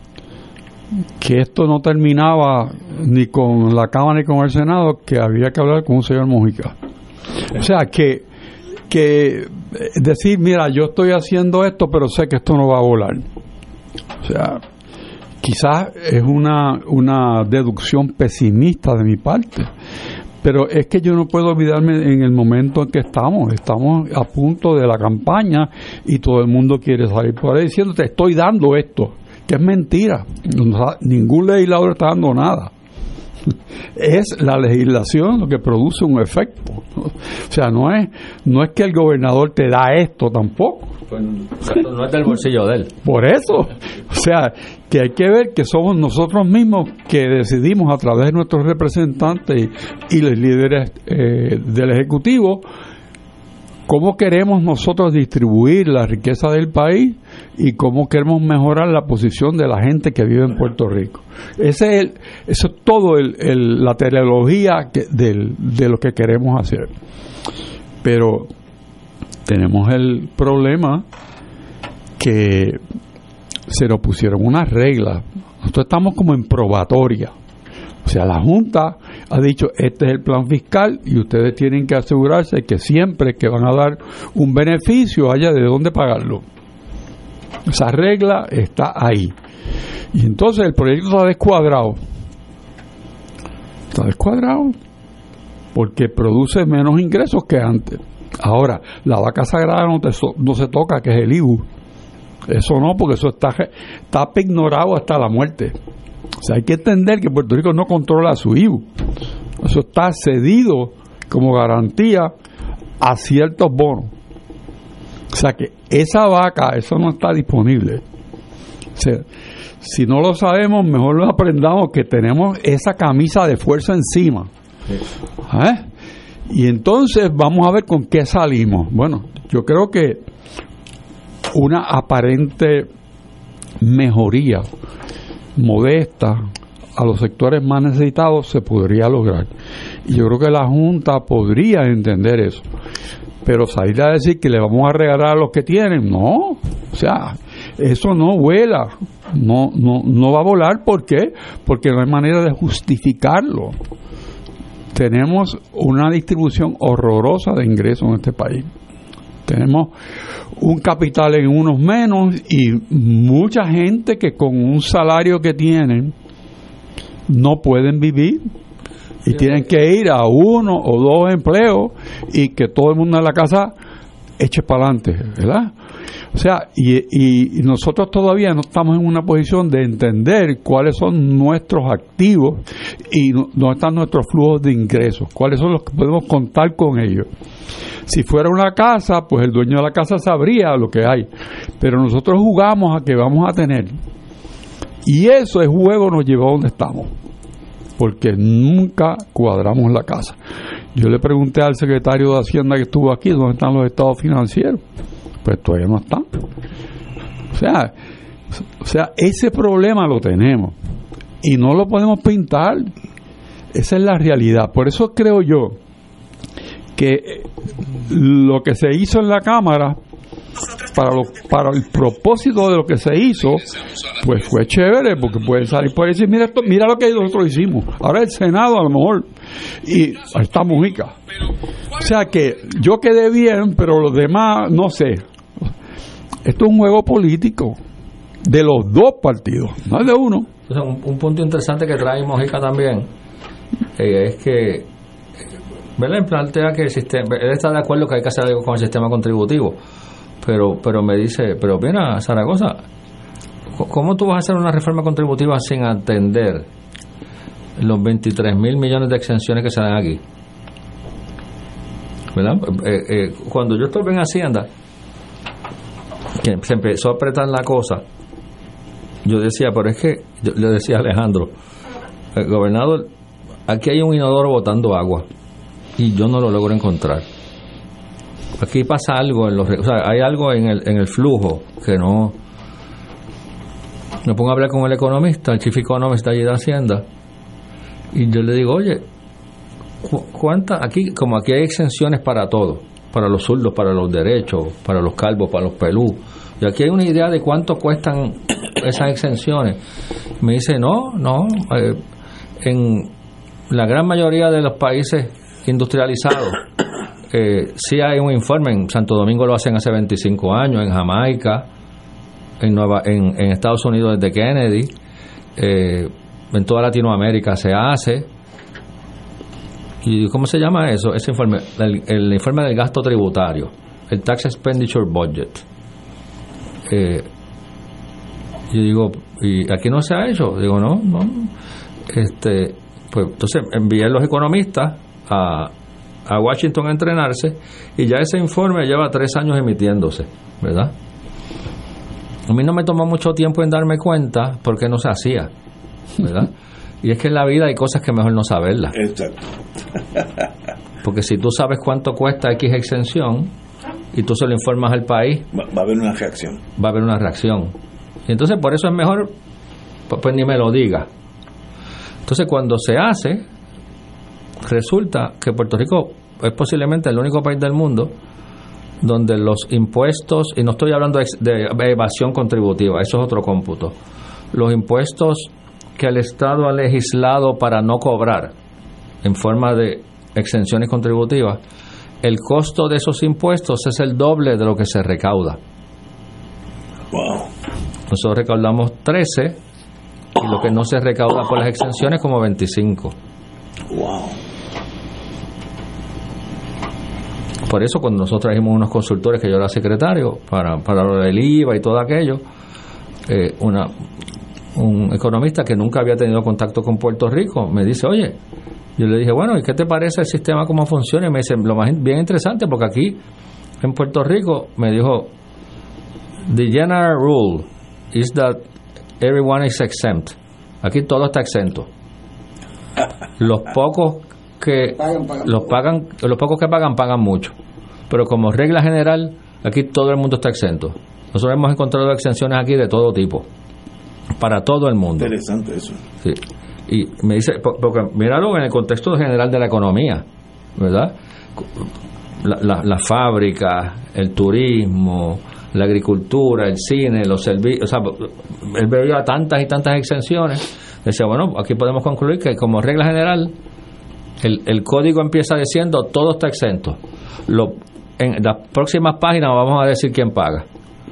que esto no terminaba ni con la Cámara ni con el Senado, que había que hablar con un señor Mujica. O sea, que, que decir, mira, yo estoy haciendo esto, pero sé que esto no va a volar. O sea, quizás es una, una deducción pesimista de mi parte, pero es que yo no puedo olvidarme en el momento en que estamos. Estamos a punto de la campaña y todo el mundo quiere salir por ahí diciendo, te estoy dando esto, que es mentira. Ningún legislador está dando nada. Es la legislación lo que produce un efecto. O sea, no es no es que el gobernador te da esto tampoco. Pues, no es del bolsillo de él. Por eso. O sea, que hay que ver que somos nosotros mismos que decidimos a través de nuestros representantes y, y los líderes eh, del Ejecutivo cómo queremos nosotros distribuir la riqueza del país y cómo queremos mejorar la posición de la gente que vive en Puerto Rico. Ese es el, eso es todo el, el, la teleología que, del, de lo que queremos hacer. Pero tenemos el problema que se nos pusieron unas reglas. Nosotros estamos como en probatoria. O sea, la Junta ha dicho, este es el plan fiscal y ustedes tienen que asegurarse que siempre que van a dar un beneficio haya de dónde pagarlo. Esa regla está ahí. Y entonces el proyecto está descuadrado. Está descuadrado porque produce menos ingresos que antes. Ahora, la vaca sagrada no, te, no se toca, que es el I B U. Eso no, porque eso está, está ignorado hasta la muerte. O sea, hay que entender que Puerto Rico no controla su I B U. Eso está cedido como garantía a ciertos bonos. O sea que esa vaca, eso no está disponible. O sea, si no lo sabemos, mejor lo aprendamos, que tenemos esa camisa de fuerza encima. ¿Eh? Y entonces vamos a ver con qué salimos. Bueno, yo creo que una aparente mejoría modesta a los sectores más necesitados se podría lograr. Y yo creo que la Junta podría entender eso. Pero salir a decir que le vamos a regalar a los que tienen, no. O sea, eso no vuela. No, no, no va a volar. ¿Por qué? Porque no hay manera de justificarlo. Tenemos una distribución horrorosa de ingresos en este país. Tenemos un capital en unos menos y mucha gente que con un salario que tienen no pueden vivir y tienen que ir a uno o dos empleos y que todo el mundo en la casa eche para adelante, ¿verdad? O sea, y, y nosotros todavía no estamos en una posición de entender cuáles son nuestros activos y dónde están nuestros flujos de ingresos, cuáles son los que podemos contar con ellos. Si fuera una casa, pues el dueño de la casa sabría lo que hay, pero nosotros jugamos a que vamos a tener, y eso, el juego nos llevó a donde estamos, porque nunca cuadramos la casa. Yo le pregunté al secretario de Hacienda que estuvo aquí, ¿dónde están los estados financieros? Pues todavía no están. O sea, o sea, ese problema lo tenemos y no lo podemos pintar. Esa es la realidad. Por eso creo yo que lo que se hizo en la Cámara, para, lo, para el propósito de lo que se hizo, pues fue chévere, porque pueden salir por ahí y decir, mira, esto, mira lo que nosotros hicimos. Ahora el Senado a lo mejor, y ahí está Mujica. O sea que yo quedé bien, pero los demás, no sé. Esto es un juego político de los dos partidos, no es de uno. Entonces, un, un punto interesante que trae Mujica también eh, es que Belén plantea que el sistema, él está de acuerdo que hay que hacer algo con el sistema contributivo, pero pero me dice, pero mira, Zaragoza, ¿cómo tú vas a hacer una reforma contributiva sin atender los veintitrés mil millones de exenciones que se dan aquí? ¿Verdad? Eh, eh, cuando yo estuve en Hacienda, que se empezó a apretar la cosa, yo decía, pero es que, yo le decía a Alejandro, el gobernador, aquí hay un inodoro botando agua y yo no lo logro encontrar. Aquí pasa algo en los, o sea, hay algo en el en el flujo que no. Me pongo a hablar con el economista, el chief economist allí de Hacienda, y yo le digo, oye, ¿cuántas? Aquí, como aquí hay exenciones para todo, para los zurdos, para los derechos, para los calvos, para los pelú, y aquí hay una idea de cuánto cuestan esas exenciones. Me dice, no, no, eh, en la gran mayoría de los países industrializados eh, sí hay un informe. En Santo Domingo lo hacen hace veinticinco años, en Jamaica, en Nueva en, en Estados Unidos desde Kennedy, eh, en toda Latinoamérica se hace. ¿Y cómo se llama eso? Ese informe, el, el informe del gasto tributario, el Tax Expenditure Budget. Eh, yo digo, ¿y aquí no se ha hecho? Digo, no, no. Este, pues entonces envié a los economistas a, a Washington a entrenarse, y ya ese informe lleva tres años emitiéndose, ¿verdad? A mí no me tomó mucho tiempo en darme cuenta porque no se hacía, ¿verdad? Y es que en la vida hay cosas que mejor no saberlas. Exacto. Porque si tú sabes cuánto cuesta X exención y tú se lo informas al país, va, va a haber una reacción. Va a haber una reacción. Y entonces por eso es mejor, pues, pues ni me lo diga. Entonces cuando se hace, resulta que Puerto Rico es posiblemente el único país del mundo donde los impuestos, y no estoy hablando de, de evasión contributiva, eso es otro cómputo, los impuestos que el Estado ha legislado para no cobrar en forma de exenciones contributivas, el costo de esos impuestos es el doble de lo que se recauda. Wow. Nosotros recaudamos trece y lo que no se recauda por las exenciones como veinticinco. Wow. Por eso cuando nosotros trajimos unos consultores, que yo era secretario, para, para lo del I V A y todo aquello, eh, una un economista que nunca había tenido contacto con Puerto Rico me dice, oye, yo le dije, bueno, ¿y qué te parece el sistema, cómo funciona? Y me dice, lo más bien interesante, porque aquí en Puerto Rico, me dijo, the general rule is that everyone is exempt. Aquí todo está exento. Los pocos que pagan, pagan los pagan, los pocos que pagan pagan mucho, pero como regla general aquí todo el mundo está exento. Nosotros hemos encontrado exenciones aquí de todo tipo, para todo el mundo. Interesante eso. Sí. Y me dice, porque míralo en el contexto general de la economía, ¿verdad? La, la, la fábrica, el turismo, la agricultura, el cine, los servicios, o sea, él veía tantas y tantas exenciones. Decía, bueno, aquí podemos concluir que como regla general el, el código empieza diciendo todo está exento. Lo, en las próximas páginas vamos a decir quién paga.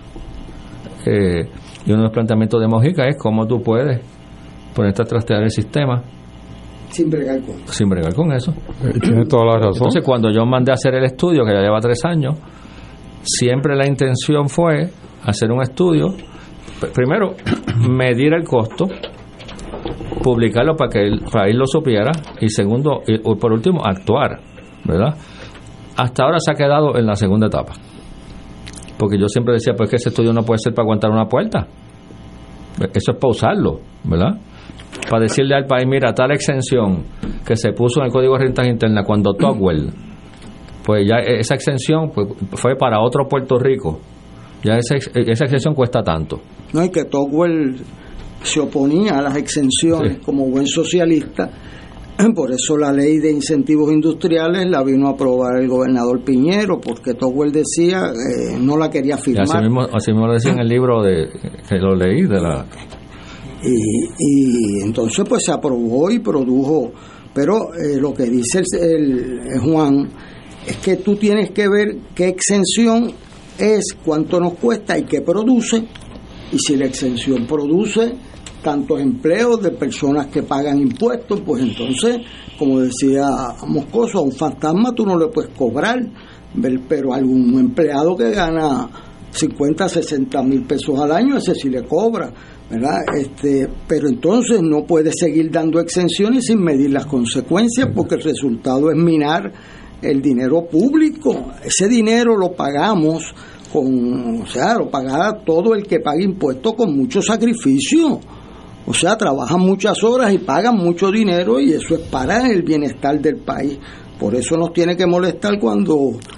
Eh, y uno de los planteamientos de Mojica es cómo tú puedes ponerte a trastear el sistema sin bregar con sin bregar con eso. Tiene toda la razón. Entonces cuando yo mandé a hacer el estudio, que ya lleva tres años, siempre la intención fue hacer un estudio, primero medir el costo, publicarlo para que el país lo supiera, y segundo, y por último, actuar, ¿verdad? Hasta ahora se ha quedado en la segunda etapa, porque yo siempre decía, pues que ese estudio no puede ser para aguantar una puerta, eso es para usarlo, ¿verdad? Para decirle al país, mira, tal exención que se puso en el Código de Rentas Internas cuando Tocqueville, pues ya esa exención pues, fue para otro Puerto Rico, ya esa, esa exención cuesta tanto. No, y que Tocqueville se oponía a las exenciones, sí, como buen socialista. Por eso la ley de incentivos industriales la vino a aprobar el gobernador Piñero, porque Tocqueville decía eh, no la quería firmar. Y así mismo, así mismo lo decía en el libro de que lo leí de la y, y entonces pues se aprobó y produjo, pero eh, lo que dice el, el Juan es que tú tienes que ver qué exención es, cuánto nos cuesta y qué produce, Y si la exención produce tantos empleos de personas que pagan impuestos, pues entonces, como decía Moscoso, a un fantasma tú no le puedes cobrar, pero a algún empleado que gana cincuenta, sesenta mil pesos al año, ese sí le cobra, ¿verdad? Este, pero entonces no puede seguir dando exenciones sin medir las consecuencias, porque el resultado es minar el dinero público. Ese dinero lo pagamos con, o sea, lo paga todo el que paga impuestos con mucho sacrificio. O sea, trabajan muchas horas y pagan mucho dinero, y eso es para el bienestar del país. Por eso nos tiene que molestar cuando,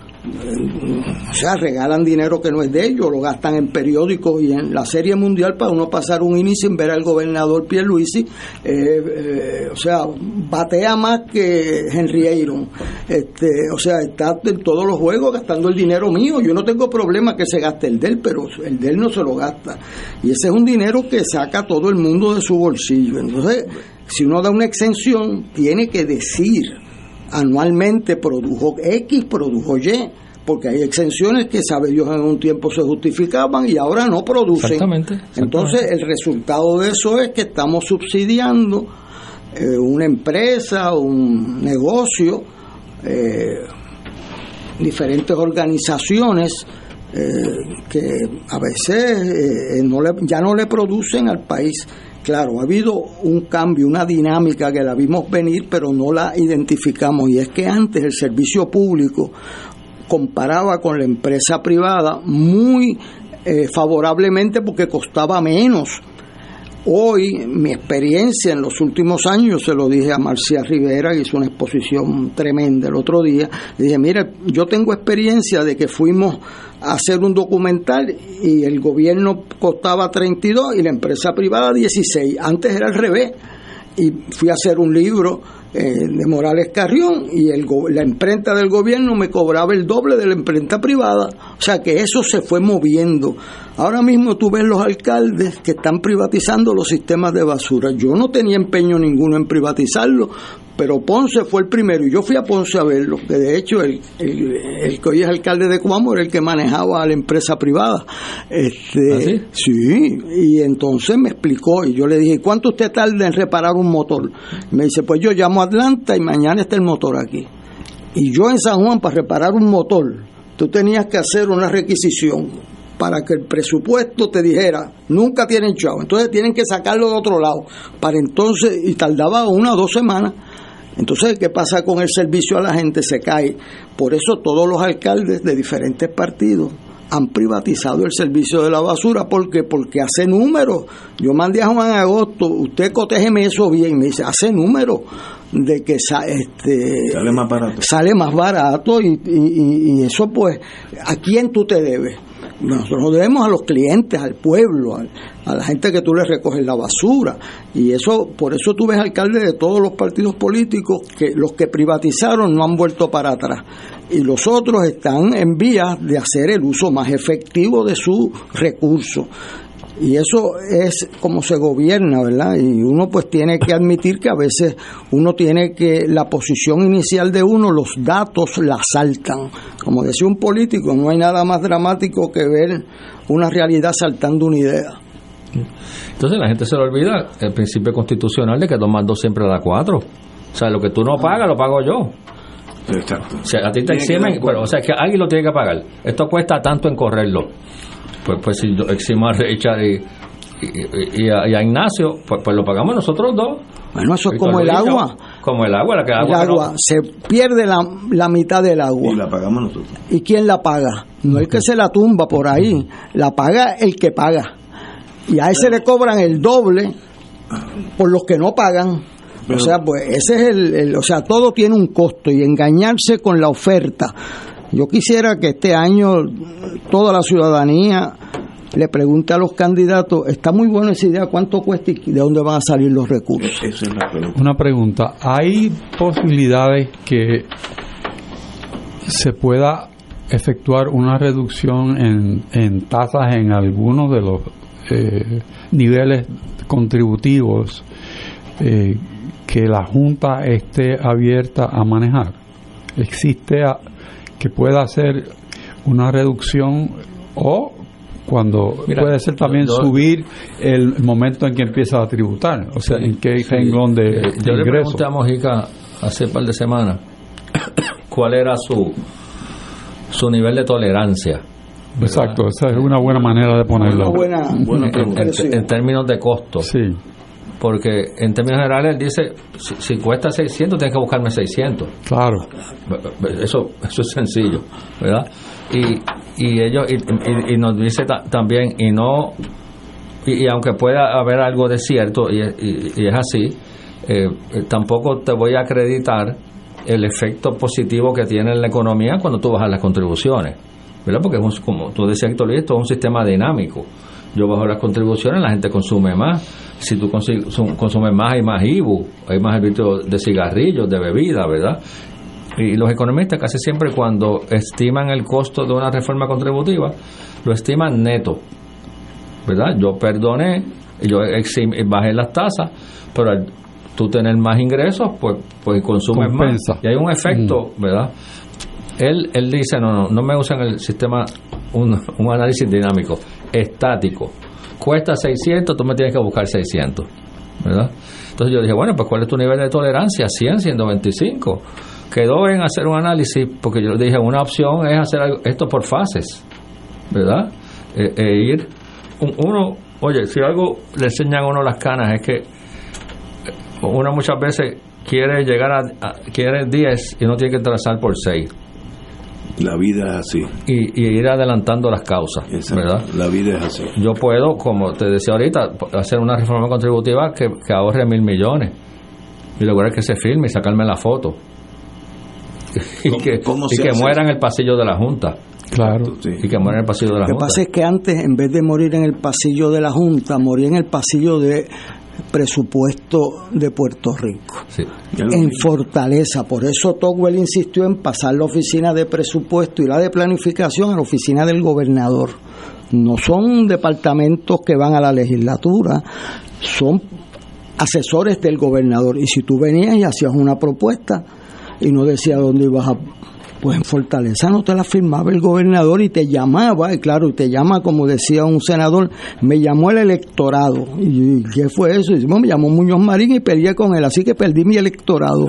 o sea, regalan dinero que no es de ellos, lo gastan en periódicos y en la Serie Mundial para uno pasar un inning sin ver al gobernador Pierluisi, eh, eh, o sea, batea más que Henry Aaron, este, o sea, está en todos los juegos gastando el dinero mío. Yo no tengo problema que se gaste el de él, pero el de él no se lo gasta, y ese es un dinero que saca todo el mundo de su bolsillo. Entonces, si uno da una exención, tiene que decir anualmente produjo X, produjo Y, porque hay exenciones que sabe Dios en un tiempo se justificaban y ahora no producen. Exactamente, exactamente. Entonces el resultado de eso es que estamos subsidiando eh, una empresa, un negocio, eh, diferentes organizaciones eh, que a veces eh, no le, ya no le producen al país. Claro, ha habido un cambio, una dinámica que la vimos venir, pero no la identificamos, y es que antes el servicio público comparaba con la empresa privada muy eh, favorablemente porque costaba menos. Hoy, mi experiencia en los últimos años, se lo dije a Marcia Rivera, que hizo una exposición tremenda el otro día, le dije, mira, yo tengo experiencia de que fuimos a hacer un documental y el gobierno costaba treinta y dos y la empresa privada dieciséis, antes era al revés, y fui a hacer un libro eh, de Morales Carrión y el, la imprenta del gobierno me cobraba el doble de la imprenta privada, o sea que eso se fue moviendo. Ahora mismo tú ves los alcaldes que están privatizando los sistemas de basura. Yo no tenía empeño ninguno en privatizarlo, pero Ponce fue el primero, y yo fui a Ponce a verlo, que de hecho el, el, el que hoy es alcalde de Cuamo era el que manejaba a la empresa privada. Este, ¿Ah, sí? Sí, y entonces me explicó, y yo le dije, ¿cuánto usted tarda en reparar un motor? Me dice, pues yo llamo a Atlanta y mañana está el motor aquí. Y yo en San Juan, para reparar un motor, tú tenías que hacer una requisición para que el presupuesto te dijera, nunca tienen chavo, entonces tienen que sacarlo de otro lado, para entonces, y tardaba una o dos semanas. Entonces, ¿qué pasa con el servicio a la gente? Se cae. Por eso todos los alcaldes de diferentes partidos han privatizado el servicio de la basura. ¿Por qué? Porque hace números. Yo mandé a Juan Agosto, usted cotéjeme eso bien, me dice, hace números de que este, sale más barato. Sale más barato y, y, y eso pues, ¿a quién tú te debes? Nosotros debemos a los clientes, al pueblo, a, a la gente que tú le recoges la basura, y eso, por eso tú ves alcaldes de todos los partidos políticos que los que privatizaron no han vuelto para atrás, y los otros están en vías de hacer el uso más efectivo de sus recursos. Y eso es como se gobierna, ¿verdad? Y uno pues tiene que admitir que a veces uno tiene que, la posición inicial de uno, los datos la saltan. Como decía un político, no hay nada más dramático que ver una realidad saltando una idea. Entonces la gente se le olvida el principio constitucional de que dos más dos siempre da cuatro. O sea, lo que tú no pagas, lo pago yo. Exacto. O sea, a ti te eximen, pero o sea, que alguien lo tiene que pagar. Esto cuesta tanto en correrlo. Pues, pues si yo eximo a Richard y, y, y, a, y a Ignacio, pues, pues lo pagamos nosotros dos. Bueno, eso es como el agua. Como el agua, la que el agua, agua no. Se pierde la, la mitad del agua. Y la pagamos nosotros. ¿Y quién la paga? No el que se la tumba por ahí, la paga el que paga. Y a ese le cobran el doble por los que no pagan. Pero, o sea, pues ese es el, el, o sea, todo tiene un costo, y engañarse con la oferta. Yo quisiera que este año toda la ciudadanía le pregunte a los candidatos, está muy buena esa idea, ¿cuánto cuesta y de dónde van a salir los recursos? Esa es la pregunta. Una pregunta, ¿hay posibilidades que se pueda efectuar una reducción en, en tasas en algunos de los eh, niveles contributivos eh, que la Junta esté abierta a manejar? ¿Existe a, que pueda hacer una reducción, o cuando Mira, puede ser también yo, subir el momento en que empieza a tributar, o sea, sí, en qué sí. renglón de, eh, de yo le ingreso. pregunté a Mojica hace un par de semanas cuál era su su nivel de tolerancia. Exacto, esa es una buena manera de ponerlo. Una buena, buena en, en, en términos de costo. Sí. Porque en términos generales él dice, si, si cuesta seiscientos, tienes que buscarme seiscientos. Claro. Eso eso es sencillo, ¿verdad? Y y ellos y, y, y nos dice ta, también, y no y, y aunque pueda haber algo de cierto, y, y, y es así, eh, tampoco te voy a acreditar el efecto positivo que tiene en la economía cuando tú bajas las contribuciones, ¿verdad? Porque es un, como tú decías, Héctor Luis, esto es un sistema dinámico. Yo bajo las contribuciones, la gente consume más. Si tú consumes más, hay más I B U, hay más arbitrio de cigarrillos, de bebidas, ¿verdad? Y los economistas casi siempre cuando estiman el costo de una reforma contributiva, lo estiman neto, ¿verdad? Yo perdoné, yo exim, bajé las tasas, pero al tú tener más ingresos, pues pues consumes compensa más. Y hay un efecto, mm. ¿verdad? Él él dice, no, no, no me usan el sistema, un, un análisis dinámico, estático. Cuesta seiscientos, tú me tienes que buscar seiscientos, ¿verdad? Entonces yo dije, bueno, pues ¿cuál es tu nivel de tolerancia? cien, ciento veinticinco. Quedó en hacer un análisis, porque yo le dije, una opción es hacer algo, esto por fases, ¿verdad? E, e ir, un, uno, oye, si algo le enseñan a uno las canas es que uno muchas veces quiere llegar a, a quiere diez y uno tiene que trazar por seis. La vida es así. Y, y ir adelantando las causas. Exacto. ¿Verdad? La vida es así. Yo puedo, como te decía ahorita, hacer una reforma contributiva que, que ahorre mil millones y lograr que se filme y sacarme la foto. Y que, ¿Cómo y se que hace? muera en el pasillo de la Junta. Claro. Sí. Y que muera en el pasillo de la Junta. Lo que Junta. pasa es que antes, en vez de morir en el pasillo de la Junta, moría en el pasillo de presupuesto de Puerto Rico, sí. en Fortaleza. Por eso Togwell insistió en pasar la oficina de presupuesto y la de planificación a la oficina del gobernador. No son departamentos que van a la legislatura, son asesores del gobernador. Y si tú venías y hacías una propuesta y no decías dónde ibas a... Pues en Fortaleza no te la firmaba el gobernador y te llamaba, y claro, y te llama, como decía un senador, me llamó el electorado. ¿Y qué fue eso? Y decimos, me llamó Muñoz Marín y peleé con él, así que perdí mi electorado.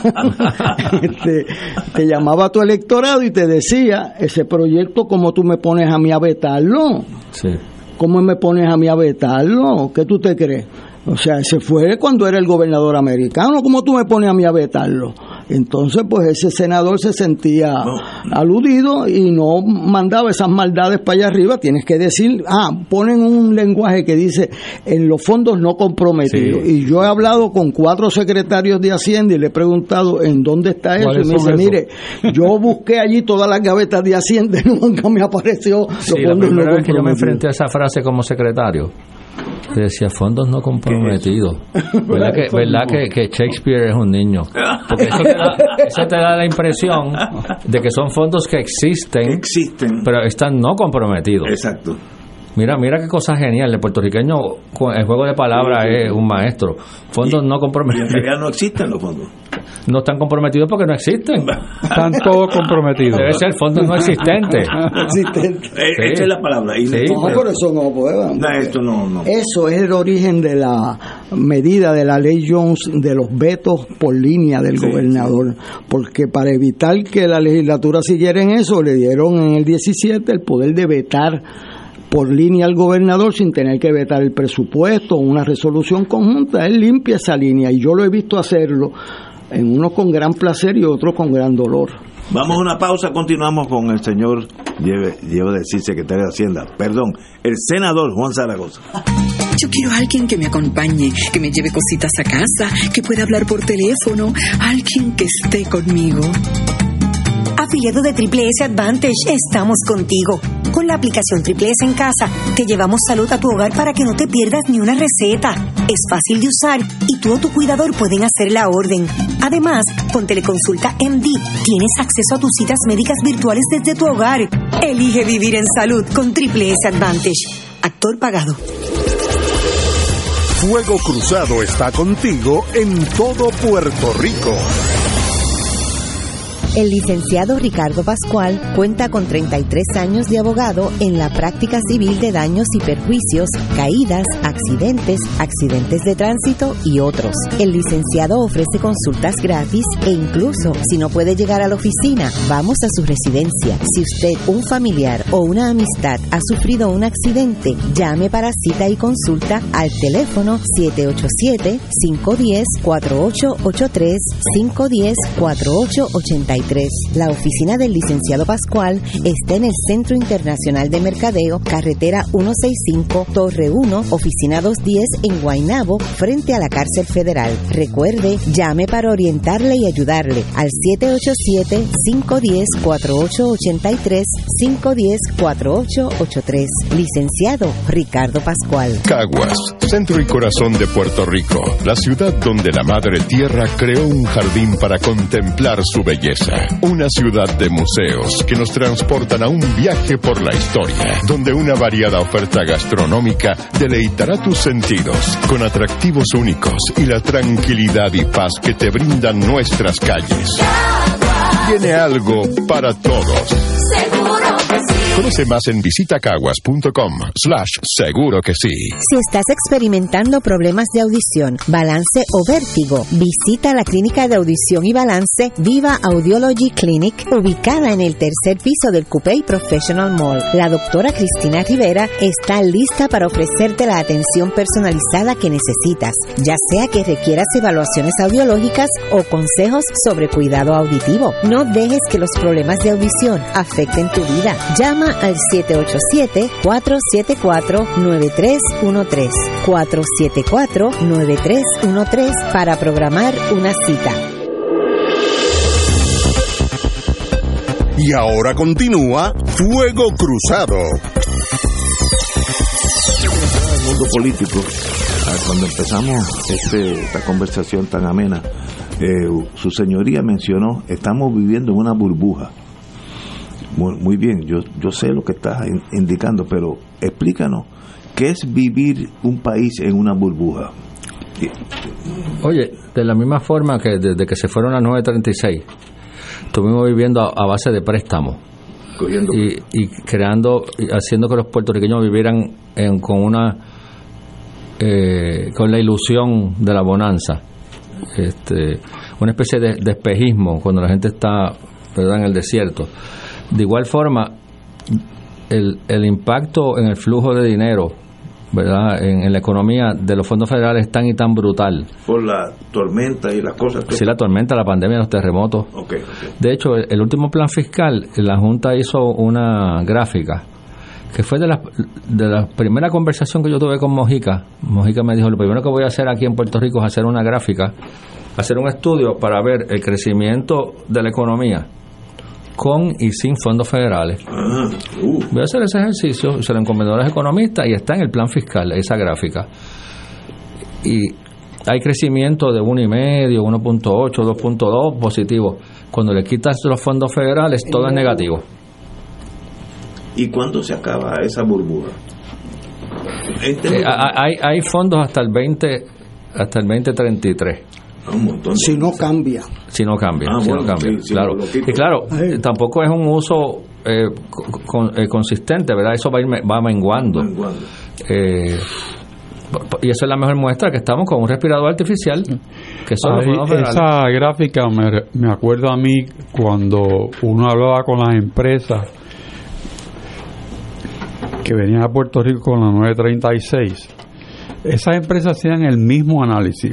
te, te llamaba tu electorado y te decía, ese proyecto, ¿cómo tú me pones a mí a vetarlo? Sí. ¿Cómo me pones a mí a vetarlo? ¿Qué tú te crees? O sea, ese fue cuando era el gobernador americano. ¿Cómo tú me pones a mí a vetarlo? Entonces, pues ese senador se sentía no. aludido y no mandaba esas maldades para allá arriba. Tienes que decir, ah, ponen un lenguaje que dice en los fondos no comprometidos. Sí. Y yo he hablado con cuatro secretarios de Hacienda y le he preguntado en dónde está eso. Y me dice, eso? mire, yo busqué allí todas las gavetas de Hacienda y nunca me apareció sí, los fondos la no vez que yo me enfrenté a esa frase como secretario, que decía fondos no comprometidos. ¿Verdad, que, ¿verdad que, que Shakespeare es un niño? Porque eso te, da, eso te da la impresión de que son fondos que existen, existen, pero están no comprometidos. Exacto. Mira, mira qué cosa genial. El puertorriqueño, el juego de palabras sí, sí, sí. es un maestro. Fondos y, no comprometidos. En realidad no existen los fondos. No están comprometidos porque no existen. Están todos comprometidos. Debe ser fondos no existentes. Existentes. Sí. Esa es la palabra. Y sí, no, pero, por eso no puedo. No, esto no, no. Eso es el origen de la medida de la ley Jones de los vetos por línea del sí, gobernador. Sí. Porque para evitar que la legislatura siguiera en eso, le dieron en el diecisiete el poder de vetar por línea al gobernador sin tener que vetar el presupuesto o una resolución conjunta. Él limpia esa línea y yo lo he visto hacerlo en unos con gran placer y otros con gran dolor. Vamos a una pausa, continuamos con el señor, lleve, llevo a decir secretario de Hacienda, perdón, el senador Juan Zaragoza. Yo quiero a alguien que me acompañe, que me lleve cositas a casa, que pueda hablar por teléfono, alguien que esté conmigo. Afiliado de Triple S Advantage, estamos contigo. Con la aplicación Triple S en casa, te llevamos salud a tu hogar para que no te pierdas ni una receta. Es fácil de usar y tú o tu cuidador pueden hacer la orden. Además, con Teleconsulta M D, tienes acceso a tus citas médicas virtuales desde tu hogar. Elige vivir en salud con Triple S Advantage. Actor pagado. Fuego Cruzado está contigo en todo Puerto Rico. El licenciado Ricardo Pascual cuenta con treinta y tres años de abogado en la práctica civil de daños y perjuicios, caídas, accidentes, accidentes de tránsito y otros. El licenciado ofrece consultas gratis e incluso, si no puede llegar a la oficina, vamos a su residencia. Si usted, un familiar o una amistad ha sufrido un accidente, llame para cita y consulta al teléfono siete ocho siete, cinco uno cero, cuatro ocho ocho tres, cinco uno cero, cuatro ocho ocho tres. La oficina del licenciado Pascual está en el Centro Internacional de Mercadeo, carretera ciento sesenta y cinco, Torre uno, oficina doscientos diez en Guaynabo, frente a la cárcel federal. Recuerde, llame para orientarle y ayudarle al siete ocho siete, cinco uno cero, cuatro ocho ocho tres, cinco uno cero, cuatro ocho ocho tres. Licenciado Ricardo Pascual. Caguas, centro y corazón de Puerto Rico, la ciudad donde la Madre Tierra creó un jardín para contemplar su belleza. Una ciudad de museos que nos transportan a un viaje por la historia, donde una variada oferta gastronómica deleitará tus sentidos, con atractivos únicos y la tranquilidad y paz que te brindan nuestras calles. Tiene algo para todos. Seguro que sí. Conoce más en visitacaguas.com slash seguro que sí. Si estás experimentando problemas de audición, balance o vértigo, visita la clínica de audición y balance Viva Audiology Clinic, ubicada en el tercer piso del Coupé Professional Mall. La doctora Cristina Rivera está lista para ofrecerte la atención personalizada que necesitas, ya sea que requieras evaluaciones audiológicas o consejos sobre cuidado auditivo. No dejes que los problemas de audición afecten tu vida. Llama al siete ocho siete, cuatro siete cuatro, nueve tres uno tres, cuatro siete cuatro, nueve tres uno tres para programar una cita. Y ahora continúa Fuego Cruzado. El mundo político, cuando empezamos este, esta conversación tan amena, eh, su señoría mencionó, estamos viviendo en una burbuja. Muy, muy bien, yo, yo sé lo que estás in, indicando, pero explícanos, ¿qué es vivir un país en una burbuja? Oye, de la misma forma que desde que se fueron las nueve treinta y seis, estuvimos viviendo a, a base de préstamos y, y creando, y haciendo que los puertorriqueños vivieran en, con una eh, con la ilusión de la bonanza, este, una especie de, de espejismo cuando la gente está, ¿verdad?, en el desierto. De igual forma, el, el impacto en el flujo de dinero, ¿verdad?, en, en la economía de los fondos federales es tan y tan brutal. Por la tormenta y las cosas que... Sí, la tormenta, la pandemia, los terremotos. Okay, okay. De hecho, el, el último plan fiscal, la Junta hizo una gráfica que fue de la, de la primera conversación que yo tuve con Mojica. Mojica me dijo, lo primero que voy a hacer aquí en Puerto Rico es hacer una gráfica, hacer un estudio para ver el crecimiento de la economía con y sin fondos federales. Ah, uh. Voy a hacer ese ejercicio, se lo encomendó a los economistas y está en el plan fiscal, esa gráfica. Y hay crecimiento de uno y medio, uno punto ocho, dos punto dos positivo. Cuando le quitas los fondos federales, todo es negativo. ¿Y cuándo se acaba esa burbuja? Este eh, hay, hay fondos hasta el veinte, hasta el veinte treinta y tres. Un montón de si no cambia si no cambia ah, si bueno, no cambia sí, claro sí, y claro eh, tampoco es un uso eh, con, eh, consistente, verdad, eso va a ir va menguando, menguando. Eh, y esa es la mejor muestra, que estamos con un respirador artificial que son Ahí, los fondos esa gráfica me, me acuerdo a mí cuando uno hablaba con las empresas que venían a Puerto Rico con la nueve treinta y seis. Esas empresas hacían el mismo análisis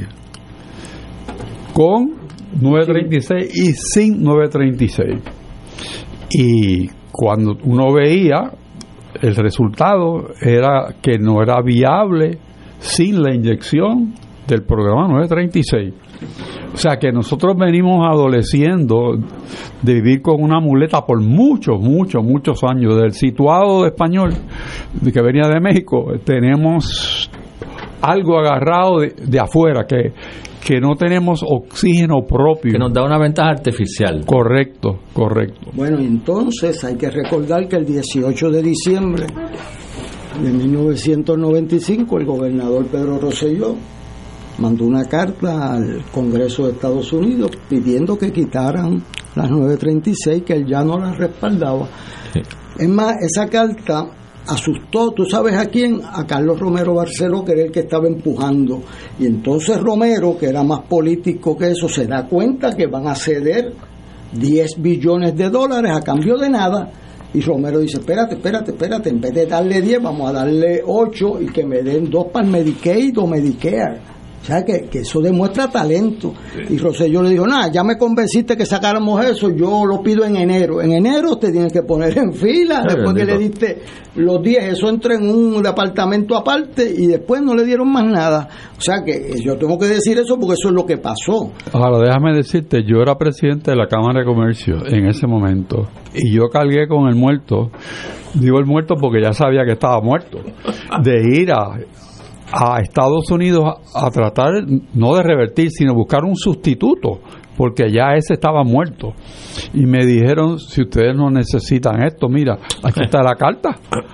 con nueve treinta y seis y sin nueve treinta y seis. Y cuando uno veía, el resultado era que no era viable sin la inyección del programa nueve treinta y seis. O sea que nosotros venimos adoleciendo de vivir con una muleta por muchos, muchos, muchos años. Del situado de español que venía de México, tenemos algo agarrado de, de afuera que que no tenemos oxígeno propio. Que nos da una ventaja artificial. Correcto, correcto. Bueno, entonces hay que recordar que el dieciocho de diciembre de mil novecientos noventa y cinco el gobernador Pedro Rosselló mandó una carta al Congreso de Estados Unidos pidiendo que quitaran las nueve treinta y seis, que él ya no las respaldaba. Sí. Es más, esa carta asustó, ¿tú sabes a quién? A Carlos Romero Barceló, que era el que estaba empujando. Y entonces Romero, que era más político que eso, se da cuenta que van a ceder diez billones de dólares a cambio de nada. Y Romero dice, espérate, espérate, espérate, en vez de darle diez, vamos a darle ocho y que me den dos para el Medicaid o Medicare. O sea, que, que eso demuestra talento. Sí. Y Rosselló le dijo, nada, ya me convenciste que sacáramos eso, yo lo pido en enero. En enero te tienes que poner en fila, sí, después que le diste los diez, eso entra en un departamento aparte y después no le dieron más nada. O sea, que yo tengo que decir eso porque eso es lo que pasó. Ahora, déjame decirte, yo era presidente de la Cámara de Comercio en ese momento y yo cargué con el muerto, digo el muerto porque ya sabía que estaba muerto, de ir a... a Estados Unidos a, a tratar no de revertir, sino buscar un sustituto, porque ya ese estaba muerto. Y me dijeron, si ustedes no necesitan esto, mira, aquí está la carta.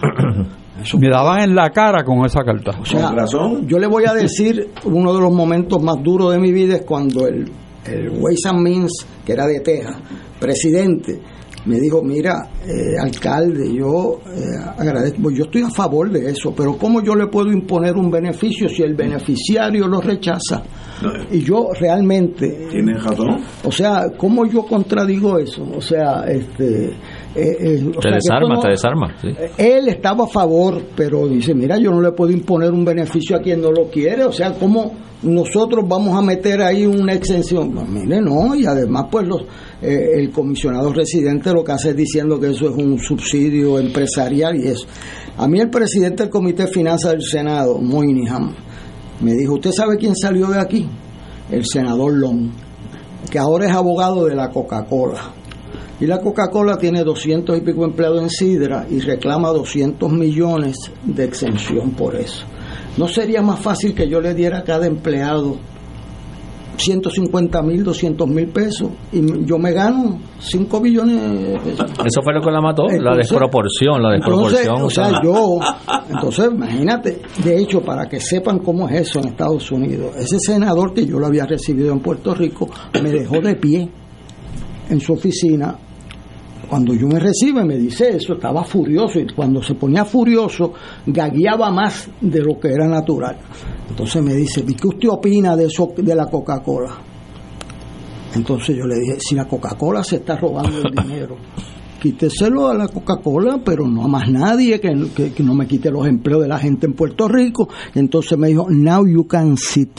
Me daban en la cara con esa carta. O sea, yo le voy a decir, uno de los momentos más duros de mi vida es cuando el, el Ways and Means, que era de Texas, presidente, me dijo, mira, eh, alcalde, yo eh, agradezco, yo estoy a favor de eso, pero ¿cómo yo le puedo imponer un beneficio si el beneficiario lo rechaza? No. Y yo realmente... ¿Tienes razón? O sea, ¿cómo yo contradigo eso? O sea, este... Eh, eh, o te sea, desarma, no, te desarma. Sí. Él estaba a favor, pero dice, mira, yo no le puedo imponer un beneficio a quien no lo quiere, o sea, ¿cómo nosotros vamos a meter ahí una exención? Pues mire, no, y además pues los eh, el comisionado residente lo que hace es diciendo que eso es un subsidio empresarial y eso. A mí el presidente del Comité de Finanzas del Senado, Moynihan, me dijo, ¿usted sabe quién salió de aquí? El senador Long, que ahora es abogado de la Coca-Cola. Y la Coca-Cola tiene doscientos y pico empleados en Sidra y reclama doscientos millones de exención por eso. ¿No sería más fácil que yo le diera a cada empleado ciento cincuenta mil, doscientos mil pesos y yo me gano cinco billones de pesos? Eso fue lo que la mató, entonces, la desproporción, la desproporción. Entonces, o sea, yo, entonces imagínate, de hecho, para que sepan cómo es eso en Estados Unidos, ese senador que yo lo había recibido en Puerto Rico me dejó de pie en su oficina. Cuando yo me recibe me dice eso, estaba furioso y cuando se ponía furioso gagueaba más de lo que era natural. Entonces me dice, ¿y qué usted opina de eso de la Coca-Cola? Entonces yo le dije, si la Coca-Cola se está robando el dinero, quíteselo a la Coca-Cola, pero no a más nadie, que, que, que no me quite los empleos de la gente en Puerto Rico. Entonces me dijo, now you can sit.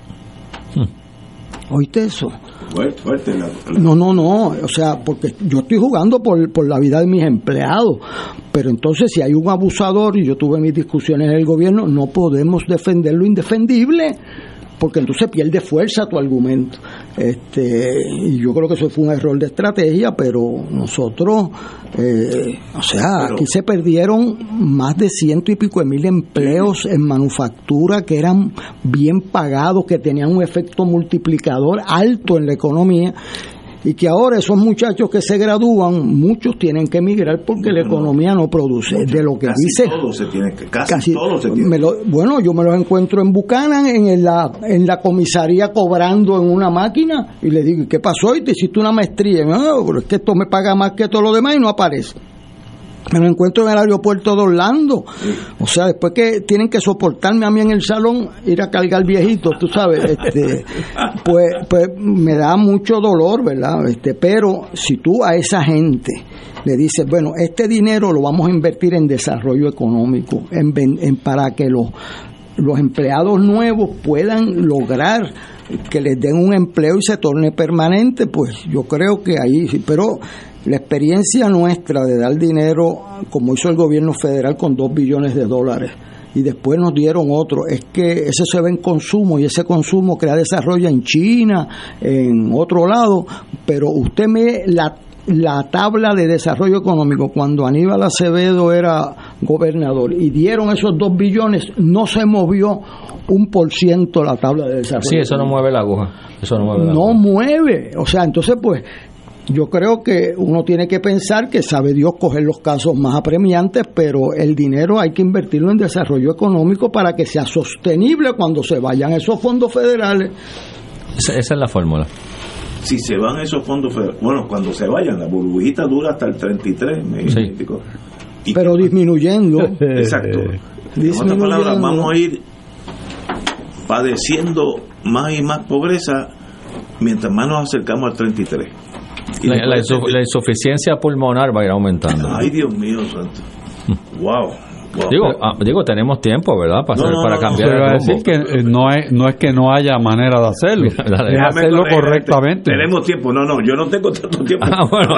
Hmm. ¿Oíste eso? Fuerte, fuerte la, la... No, no, no, o sea, porque yo estoy jugando por, por la vida de mis empleados, pero entonces si hay un abusador, y yo tuve mis discusiones en el gobierno, no podemos defender lo indefendible, porque entonces pierde fuerza tu argumento. Este, y yo creo que eso fue un error de estrategia, pero nosotros, eh, o sea, pero, aquí se perdieron más de ciento y pico de mil empleos sí. en manufactura que eran bien pagados, que tenían un efecto multiplicador alto en la economía. Y que ahora esos muchachos que se gradúan, muchos tienen que emigrar porque la economía no produce. Mucho, de lo que casi dice. Todo se tiene que, casi, casi todo se tiene. Me lo, bueno, yo me los encuentro en Buchanan, en la, en la comisaría cobrando en una máquina, y le digo, ¿qué pasó? Y te hiciste una maestría. No, pero es que esto me paga más que todo lo demás y no aparece. Me lo encuentro en el aeropuerto de Orlando. Sí. O sea, después que tienen que soportarme a mí en el salón, ir a cargar viejitos, tú sabes, este, pues, pues me da mucho dolor, ¿verdad? Este, pero si tú a esa gente le dices, bueno, este dinero lo vamos a invertir en desarrollo económico, en, en para que los los empleados nuevos puedan lograr que les den un empleo y se torne permanente, pues yo creo que ahí, pero la experiencia nuestra de dar dinero, como hizo el gobierno federal con dos billones de dólares, y después nos dieron otro, es que ese se ve en consumo, y ese consumo crea desarrollo en China, en otro lado, pero usted me la la tabla de desarrollo económico cuando Aníbal Acevedo era gobernador y dieron esos dos billones, no se movió un por ciento la tabla de desarrollo. Sí, eso no mueve la aguja. Eso no mueve la no aguja. mueve. O sea, entonces pues yo creo que uno tiene que pensar que sabe Dios coger los casos más apremiantes, pero el dinero hay que invertirlo en desarrollo económico para que sea sostenible cuando se vayan esos fondos federales. Esa, esa es la fórmula. Si se van esos fondos federales, bueno, cuando se vayan, la burbujita dura hasta el treinta y tres, me sí. y pero disminuyendo. Exacto. En otras palabras, vamos a ir padeciendo más y más pobreza mientras más nos acercamos al treinta y tres. Y la, la, insuf- la insuficiencia pulmonar va a ir aumentando. Ay, Dios mío, santo. Wow. Wow. Digo, ah, digo, tenemos tiempo, ¿verdad? Para, no, hacer, no, para no, cambiar no, el rumbo. decir que eh, no, es, no es que no haya manera de hacerlo, es hacerlo correcto, correctamente. Tenemos tiempo. No, no, yo no tengo tanto tiempo. Ah, bueno.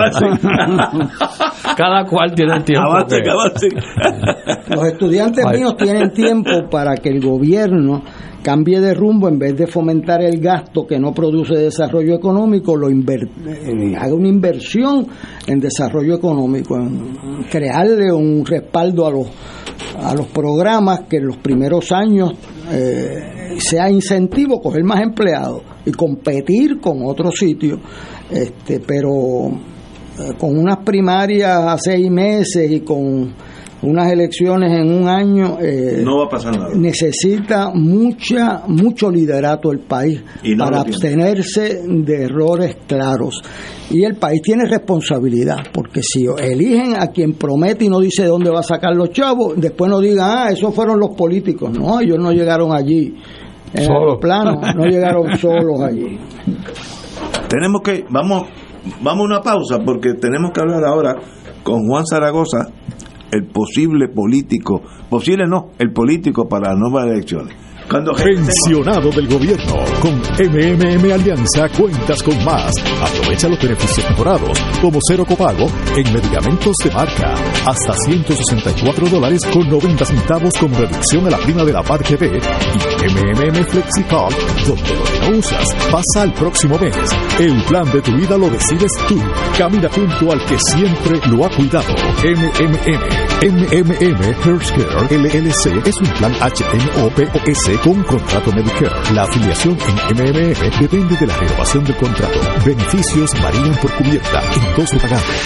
Cada cual tiene el tiempo. Avance, que... avance. Los estudiantes Ay. míos tienen tiempo para que el gobierno cambie de rumbo, en vez de fomentar el gasto que no produce desarrollo económico, lo inver- eh, haga una inversión en desarrollo económico, en crearle un respaldo a los a los programas que en los primeros años eh, sea incentivo coger más empleados y competir con otros sitios, este, pero eh, con unas primarias a seis meses y con unas elecciones en un año, eh, no va a pasar nada. Necesita mucha mucho liderato el país No para abstenerse de errores claros, y el país tiene responsabilidad, porque si eligen a quien promete y no dice de dónde va a sacar los chavos, después no digan, ah, esos fueron los políticos. No, ellos no llegaron allí en el plano, no llegaron solos allí. Tenemos que, vamos, vamos a una pausa, porque tenemos que hablar ahora con Juan Zaragoza, el posible político, posible no, el político para las nuevas elecciones. Cuando Pensionado del gobierno. Con M M M Alianza cuentas con más. Aprovecha los beneficios mejorados, como cero copago en medicamentos de marca, hasta ciento sesenta y cuatro dólares con noventa centavos con reducción a la prima de la parte B, y M M M FlexiCard, donde lo que no usas pasa al próximo mes. El plan de tu vida lo decides tú. Camina junto al que siempre lo ha cuidado. M M M. M M M Healthcare L L C es un plan H M O P O S con contrato Medicare. La afiliación en M M M depende de la renovación del contrato. Beneficios varían por cubierta en doce pagados.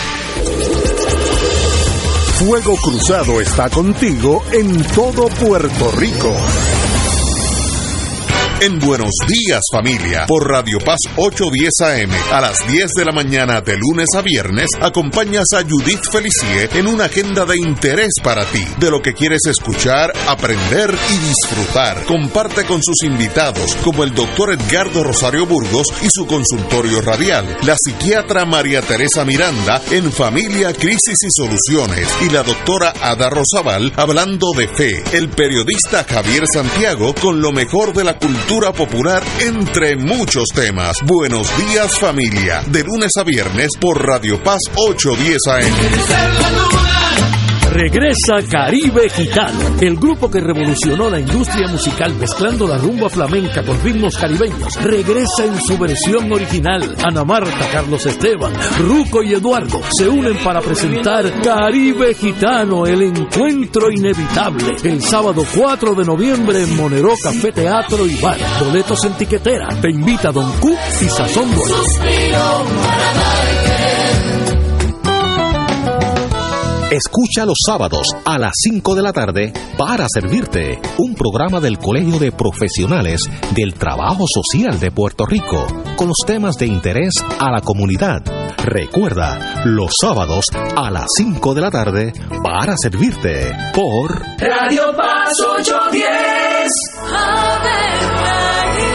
Fuego Cruzado está contigo en todo Puerto Rico. En Buenos Días, Familia, por Radio Paz ochocientos diez A M, a las diez de la mañana de lunes a viernes, acompañas a Judith Felicie en una agenda de interés para ti, de lo que quieres escuchar, aprender y disfrutar. Comparte con sus invitados, como el doctor Edgardo Rosario Burgos y su consultorio radial, la psiquiatra María Teresa Miranda en Familia, Crisis y Soluciones, y la doctora Ada Rosabal hablando de fe, el periodista Javier Santiago con lo mejor de la cultura popular, entre muchos temas. Buenos Días, Familia, de lunes a viernes por Radio Paz ochocientos diez A M. Regresa Caribe Gitano, el grupo que revolucionó la industria musical mezclando la rumba flamenca con ritmos caribeños. Regresa en su versión original. Ana Marta, Carlos Esteban, Ruco y Eduardo se unen para presentar Caribe Gitano, el encuentro inevitable. El sábado cuatro de noviembre en Monero Café, Teatro y Bar. Boletos en tiquetera. Te invita Don Q y Sazón Boy. Escucha los sábados a las cinco de la tarde Para Servirte, un programa del Colegio de Profesionales del Trabajo Social de Puerto Rico, con los temas de interés a la comunidad. Recuerda, los sábados a las cinco de la tarde Para Servirte, por Radio Paz ochocientos diez. Ave María.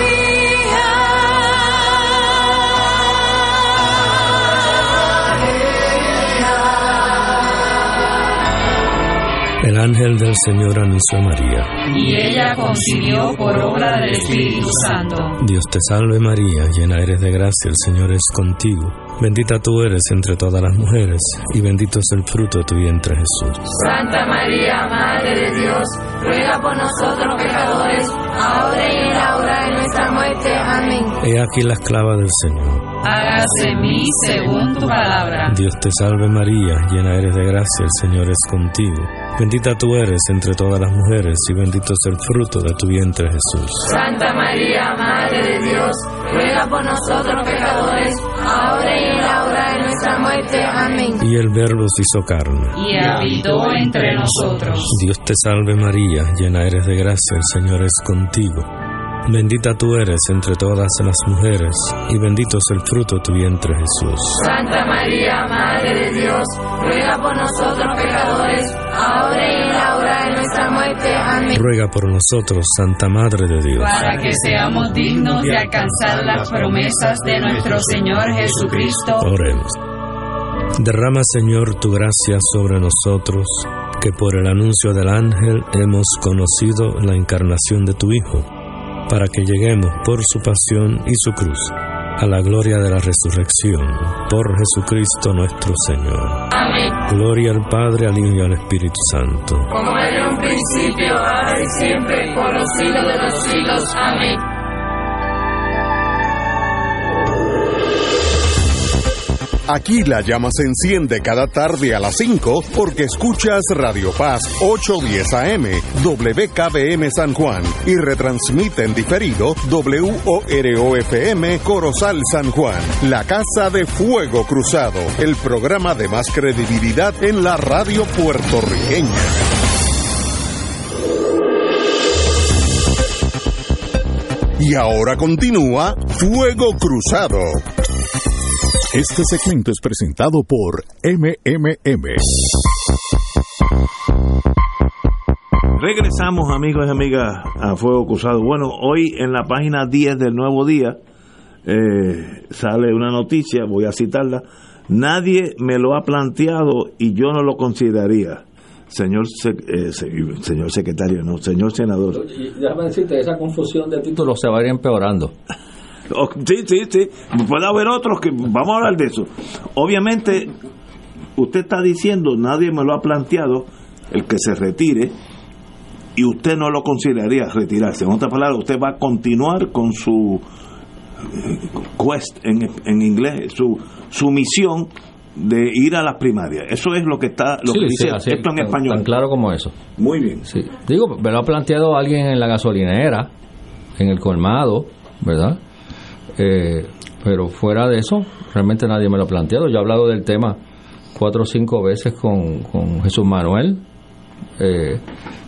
El ángel del Señor anunció a María, y ella concibió por obra del Espíritu Santo. Dios te salve María, llena eres de gracia, el Señor es contigo. Bendita tú eres entre todas las mujeres, y bendito es el fruto de tu vientre Jesús. Santa María, Madre de Dios, ruega por nosotros pecadores, ahora y en la hora de nuestra muerte. Amén. He aquí la esclava del Señor. hágase en mí según tu palabra. Dios te salve María, llena eres de gracia, el Señor es contigo. Bendita tú eres entre todas las mujeres y bendito es el fruto de tu vientre Jesús. Santa María, Madre de Dios, ruega por nosotros pecadores, ahora y en la hora de nuestra muerte. Amén. Y el Verbo se hizo carne Y habitó entre nosotros. Dios te salve María, llena eres de gracia, el Señor es contigo. Bendita tú eres entre todas las mujeres, y bendito es el fruto de tu vientre Jesús. Santa María, Madre de Dios, ruega por nosotros pecadores, ahora y en la hora de nuestra muerte. Amén. Ruega por nosotros, Santa Madre de Dios, Para que seamos dignos de alcanzar las promesas de nuestro Señor Jesucristo. Oremos. Derrama, Señor, tu gracia sobre nosotros, que por el anuncio del ángel hemos conocido la encarnación de tu Hijo, para que lleguemos por su pasión y su cruz a la gloria de la resurrección, por Jesucristo nuestro Señor. Amén. Gloria al Padre, al Hijo y al Espíritu Santo. Como era en un principio, ahora y siempre, por los siglos de los siglos. Amén. Aquí la llama se enciende cada tarde a las cinco porque escuchas Radio Paz ochocientos diez A M, W K B M San Juan y retransmite en diferido W O R O F M Corozal San Juan. La Casa de Fuego Cruzado, el programa de más credibilidad en la radio puertorriqueña. Y ahora continúa Fuego Cruzado. Este segmento es presentado por M M M. Regresamos, amigos y amigas, a Fuego Cruzado. Bueno, hoy en la página diez del Nuevo Día eh, sale una noticia, voy a citarla. Nadie me lo ha planteado y yo no lo consideraría. Señor sec, eh, señor secretario, no, señor senador. Déjame decirte, esa confusión de títulos se va a ir empeorando. Oh, sí, sí, sí. Puede haber otros que vamos a hablar de eso. Obviamente, usted está diciendo, nadie me lo ha planteado, el que se retire, y usted no lo consideraría retirarse. En otras palabras, usted va a continuar con su quest en, en inglés, su, su misión de ir a las primarias. Eso es lo que está, lo sí, que dice sí, así, esto en tan, español. Tan claro como eso. Muy bien. Sí. Digo, me lo ha planteado alguien en la gasolinera, en el colmado, ¿verdad? Eh, pero fuera de eso, realmente nadie me lo ha planteado. Yo he hablado del tema cuatro o cinco veces con, con Jesús Manuel eh,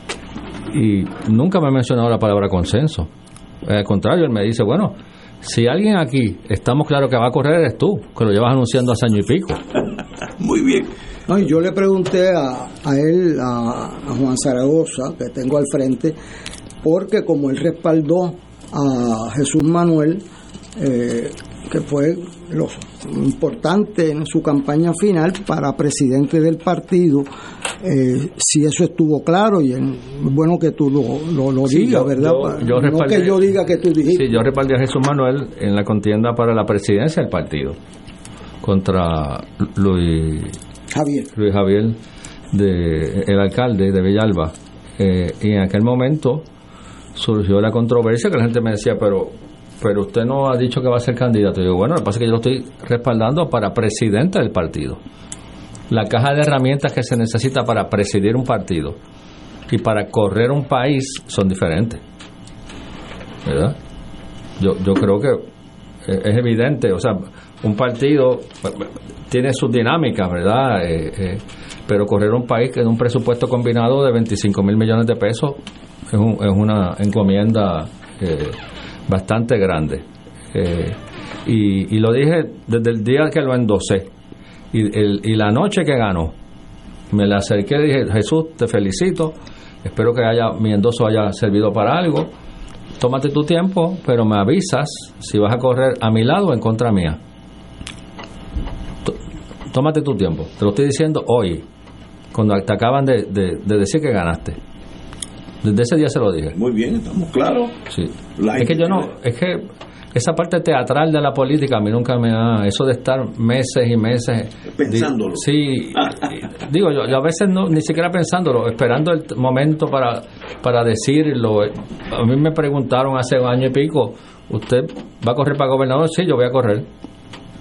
y nunca me ha mencionado la palabra consenso. Al contrario, él me dice, bueno, si alguien aquí estamos claros que va a correr eres tú, que lo llevas anunciando hace año y pico. Muy bien. No, y yo le pregunté a, a él, a, a Juan Zaragoza, que tengo al frente, porque como él respaldó a Jesús Manuel, Eh, que fue lo importante en su campaña final para presidente del partido, eh, si eso estuvo claro, y es bueno que tú lo, lo, lo sí, digas, yo, ¿verdad? Yo, yo no respaldé, que yo diga que tú dijiste. Sí, yo respaldé a Jesús Manuel en la contienda para la presidencia del partido contra Luis Javier, Luis Javier de, el alcalde de Villalba, eh, y en aquel momento surgió la controversia que la gente me decía, pero pero usted no ha dicho que va a ser candidato. Y digo, bueno, lo que pasa es que yo lo estoy respaldando para presidente del partido. La caja de herramientas que se necesita para presidir un partido y para correr un país son diferentes, ¿verdad? Yo, yo creo que es evidente, o sea, un partido tiene sus dinámicas, ¿verdad? Eh, eh, pero correr un país que en un presupuesto combinado de veinticinco mil millones de pesos es, un, es una encomienda eh, bastante grande. Eh, y, y lo dije desde el día que lo endosé. Y, el, y la noche que ganó, me le acerqué y dije, Jesús, te felicito, espero que haya mi endoso haya servido para algo. Tómate tu tiempo, pero me avisas si vas a correr a mi lado o en contra mía. Tómate tu tiempo. Te lo estoy diciendo hoy, cuando te acaban de, de, de decir que ganaste. Desde ese día se lo dije. Muy bien, estamos claros. Sí. Es que yo no, es que esa parte teatral de la política a mí nunca me ha, eso de estar meses y meses pensándolo. Di, sí, digo yo, yo a veces no, ni siquiera pensándolo, esperando el momento para para decirlo. A mí me preguntaron hace un año y pico, ¿usted va a correr para gobernador? Sí, yo voy a correr.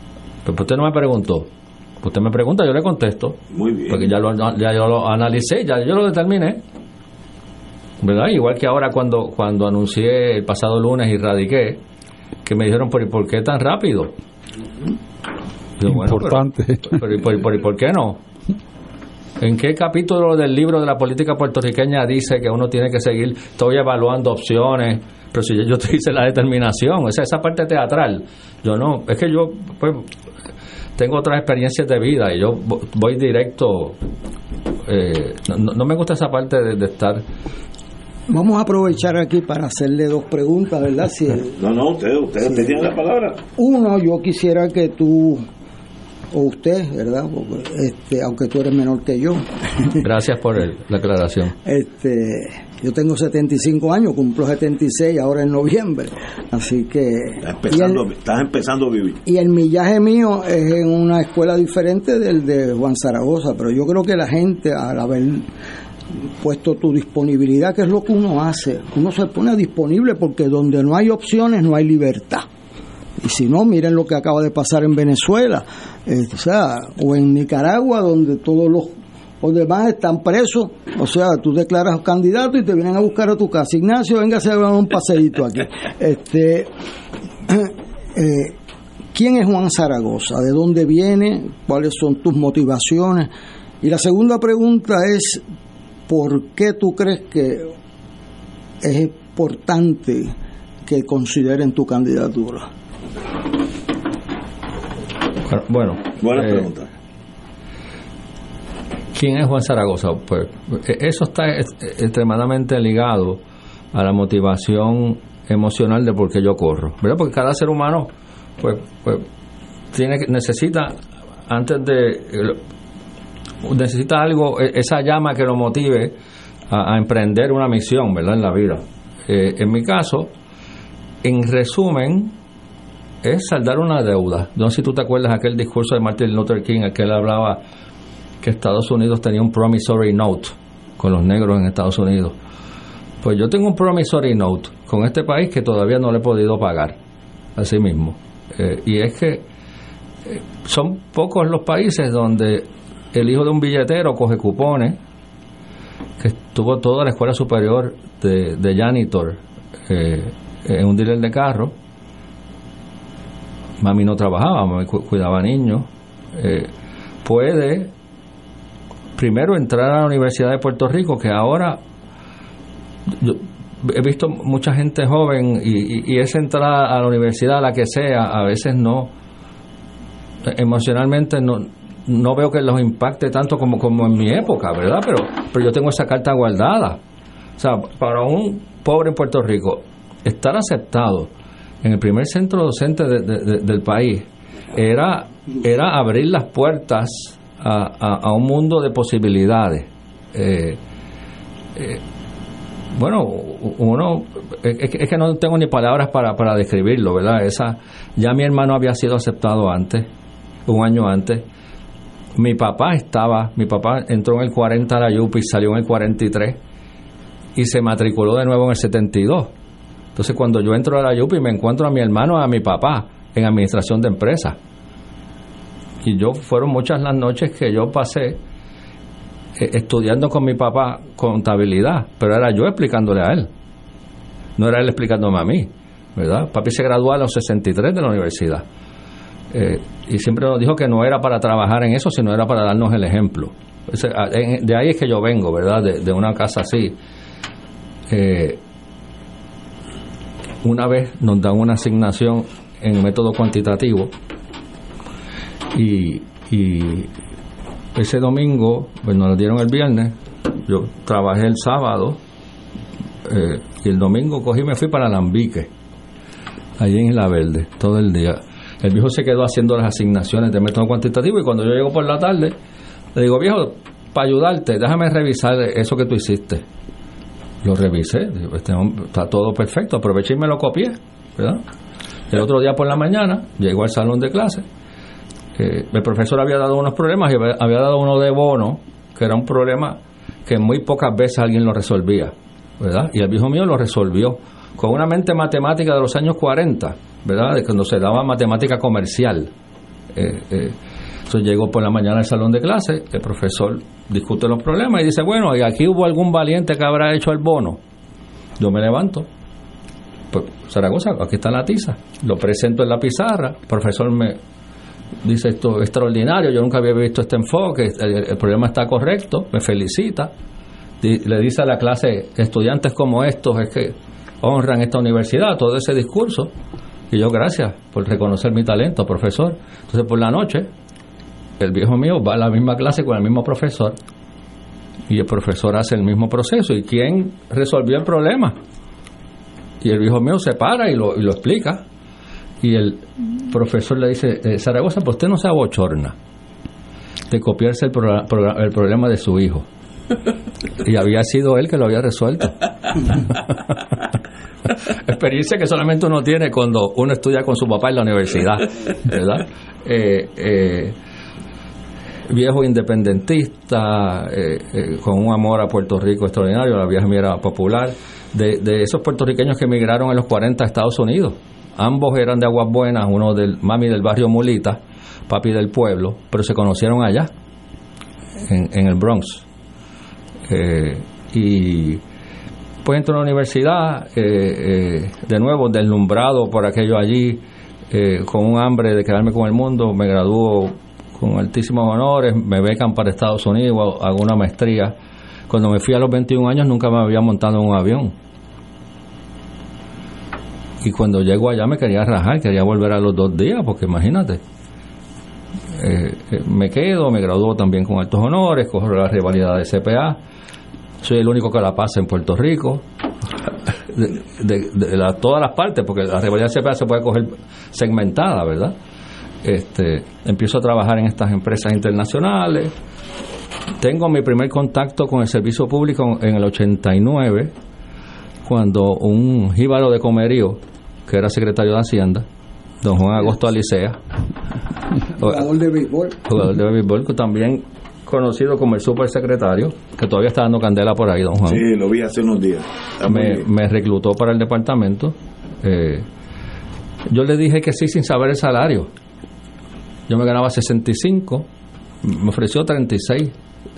Pero usted no me preguntó. Usted me pregunta, yo le contesto. Muy bien. Porque ya, lo, ya yo lo analicé, ya yo lo determiné. ¿Verdad? Igual que ahora cuando cuando anuncié el pasado lunes y radiqué, que me dijeron, ¿por, ¿por qué tan rápido? Yo, Importante. Bueno, pero, pero, pero, pero, ¿y por qué no? ¿En qué capítulo del libro de la política puertorriqueña dice que uno tiene que seguir todavía evaluando opciones? Pero si yo, yo te hice la determinación, esa, esa parte teatral, yo no, es que yo pues tengo otras experiencias de vida y yo voy directo, eh, no, no me gusta esa parte de, de estar. Vamos a aprovechar aquí para hacerle dos preguntas, ¿verdad? Si el, no, no, usted, usted, si usted tiene la palabra. Uno, yo quisiera que tú, o usted, ¿verdad? Porque, este, aunque tú eres menor que yo. Gracias por el, la aclaración. Este, yo tengo setenta y cinco años, cumplo setenta y seis ahora en noviembre, así que... Estás empezando, el, estás empezando a vivir. Y el millaje mío es en una escuela diferente del de Juan Zaragoza, pero yo creo que la gente, al haber puesto tu disponibilidad, que es lo que uno hace, uno se pone disponible porque donde no hay opciones no hay libertad. Y si no, miren lo que acaba de pasar en Venezuela, eh, o sea, o en Nicaragua, donde todos los, los demás están presos. O sea, tú declaras candidato y te vienen a buscar a tu casa. Ignacio, véngase a dar un paseíto aquí. Este, eh, ¿quién es Juan Zaragoza? ¿De dónde viene? ¿Cuáles son tus motivaciones? Y la segunda pregunta es, ¿por qué tú crees que es importante que consideren tu candidatura? Bueno, buena eh, pregunta. ¿Quién es Juan Zaragoza? Pues eso está extremadamente ligado a la motivación emocional de por qué yo corro, ¿verdad? Porque cada ser humano pues, pues tiene necesita antes de necesita algo, esa llama que lo motive a, a emprender una misión, ¿verdad? En la vida. Eh, en mi caso, en resumen, es saldar una deuda. No sé si tú te acuerdas de aquel discurso de Martin Luther King, en que él hablaba que Estados Unidos tenía un promissory note con los negros en Estados Unidos. Pues yo tengo un promissory note con este país que todavía no le he podido pagar, así mismo. Eh, y es que eh, son pocos los países donde el hijo de un billetero coge cupones, que estuvo toda la escuela superior de, de janitor eh, en un dealer de carro. Mami no trabajaba, mami cu- cuidaba niños. Eh, puede primero entrar a la Universidad de Puerto Rico, que ahora yo he visto mucha gente joven y, y, y esa entrada a la universidad, a la que sea, a veces no, emocionalmente no, no veo que los impacte tanto como, como en mi época, ¿verdad? Pero, pero yo tengo esa carta guardada. O sea, para un pobre en Puerto Rico, estar aceptado en el primer centro docente de, de, de, del país era, era abrir las puertas a, a, a un mundo de posibilidades. Eh, eh, bueno, uno es, es que no tengo ni palabras para, para describirlo, ¿verdad? Esa, ya mi hermano había sido aceptado antes, un año antes. Mi papá estaba, mi papá entró en el cuarenta a la Yupi, salió en el cuarenta y tres y se matriculó de nuevo en el setenta y dos. Entonces, cuando yo entro a la Yupi, me encuentro a mi hermano, a mi papá, en administración de empresas. Y yo, fueron muchas las noches que yo pasé eh, estudiando con mi papá contabilidad, pero era yo explicándole a él. No era él explicándome a mí, ¿verdad? Papi se graduó a los sesenta y tres de la universidad. Eh, y siempre nos dijo que no era para trabajar en eso, sino era para darnos el ejemplo. De ahí es que yo vengo, ¿verdad? De, de una casa así. Eh, una vez nos dan una asignación en método cuantitativo y, y ese domingo, pues nos lo dieron el viernes, yo trabajé el sábado eh, y el domingo cogí y me fui para Alambique, allí en Isla Verde, todo el día. El viejo se quedó haciendo las asignaciones de método cuantitativo y cuando yo llego por la tarde le digo, viejo, para ayudarte, déjame revisar eso que tú hiciste. Lo revisé, este, está todo perfecto, aproveché y me lo copié, ¿verdad? El otro día por la mañana llego al salón de clase, eh, el profesor había dado unos problemas y había, había dado uno de bono, que era un problema que muy pocas veces alguien lo resolvía, ¿verdad? Y el viejo mío lo resolvió con una mente matemática de los años cuarenta, ¿verdad? De cuando se daba matemática comercial eh, eh. Entonces llego por la mañana al salón de clase, el profesor discute los problemas y dice, bueno, ¿y aquí hubo algún valiente que habrá hecho el bono? Yo me levanto, pues Zaragoza, aquí está la tiza, lo presento en la pizarra, el profesor me dice, esto es extraordinario, yo nunca había visto este enfoque, el, el problema está correcto, me felicita, y le dice a la clase, estudiantes como estos es que honran esta universidad, todo ese discurso, y yo, gracias por reconocer mi talento, profesor. Entonces por la noche el viejo mío va a la misma clase con el mismo profesor y el profesor hace el mismo proceso. ¿Y quién resolvió el problema? Y el viejo mío se para y lo, y lo explica, y el profesor le dice, eh, Zaragoza, pues usted no se abochorna de copiarse el, pro, pro, el problema de su hijo. Y había sido él que lo había resuelto. Experiencia que solamente uno tiene cuando uno estudia con su papá en la universidad, ¿verdad? Eh, eh, viejo independentista, eh, eh, con un amor a Puerto Rico extraordinario, la vieja mía era popular, de, de esos puertorriqueños que emigraron en los cuarenta a Estados Unidos. Ambos eran de Aguas Buenas, uno del mami del barrio Mulita, papi del pueblo, pero se conocieron allá, en, en el Bronx. Eh, y pues entro a la universidad, eh, eh, de nuevo deslumbrado por aquello allí, eh, con un hambre de quedarme con el mundo. Me graduó con altísimos honores, me becan para Estados Unidos, hago una maestría. Cuando me fui a los veintiún años nunca me había montado en un avión, y cuando llego allá me quería rajar, quería volver a los dos días, porque imagínate, eh, eh, me quedo, me graduó también con altos honores, cojo la rivalidad de C P A, soy el único que la pasa en Puerto Rico, de, de, de la, todas las partes, porque la rivalidad de C P A se puede coger segmentada, ¿verdad? Este, empiezo a trabajar en estas empresas internacionales, tengo mi primer contacto con el servicio público en el ochenta y nueve, cuando un jíbaro de Comerío, que era secretario de Hacienda, don Juan Agosto Alicea, jugador de béisbol, jugador de béisbol, también conocido como el supersecretario, que todavía está dando candela por ahí, don Juan. Sí, lo vi hace unos días. Me, me reclutó para el departamento. Eh, yo le dije que sí sin saber el salario. Yo me ganaba sesenta y cinco, me ofreció treinta y seis.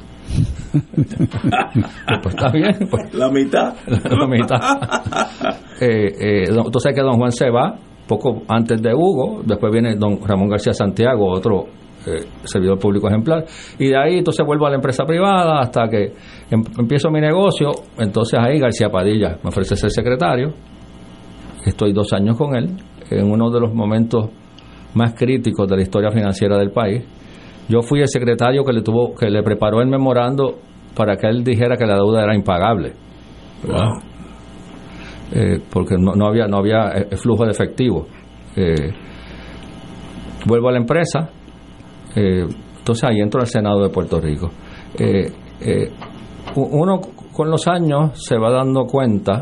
Pues está bien, pues, la mitad la, la mitad. eh, eh, tú sabes que don Juan se va poco antes de Hugo, después viene don Ramón García Santiago, otro eh, servidor público ejemplar, y de ahí entonces vuelvo a la empresa privada hasta que em, empiezo mi negocio. Entonces ahí García Padilla me ofrece ser secretario, estoy dos años con él en uno de los momentos más críticos de la historia financiera del país. Yo fui el secretario que le tuvo, que le preparó el memorando para que él dijera que la deuda era impagable. Wow. Eh, porque no, no había no había flujo de efectivo. Eh, vuelvo a la empresa, eh, entonces ahí entro al Senado de Puerto Rico. Eh, eh, uno con los años se va dando cuenta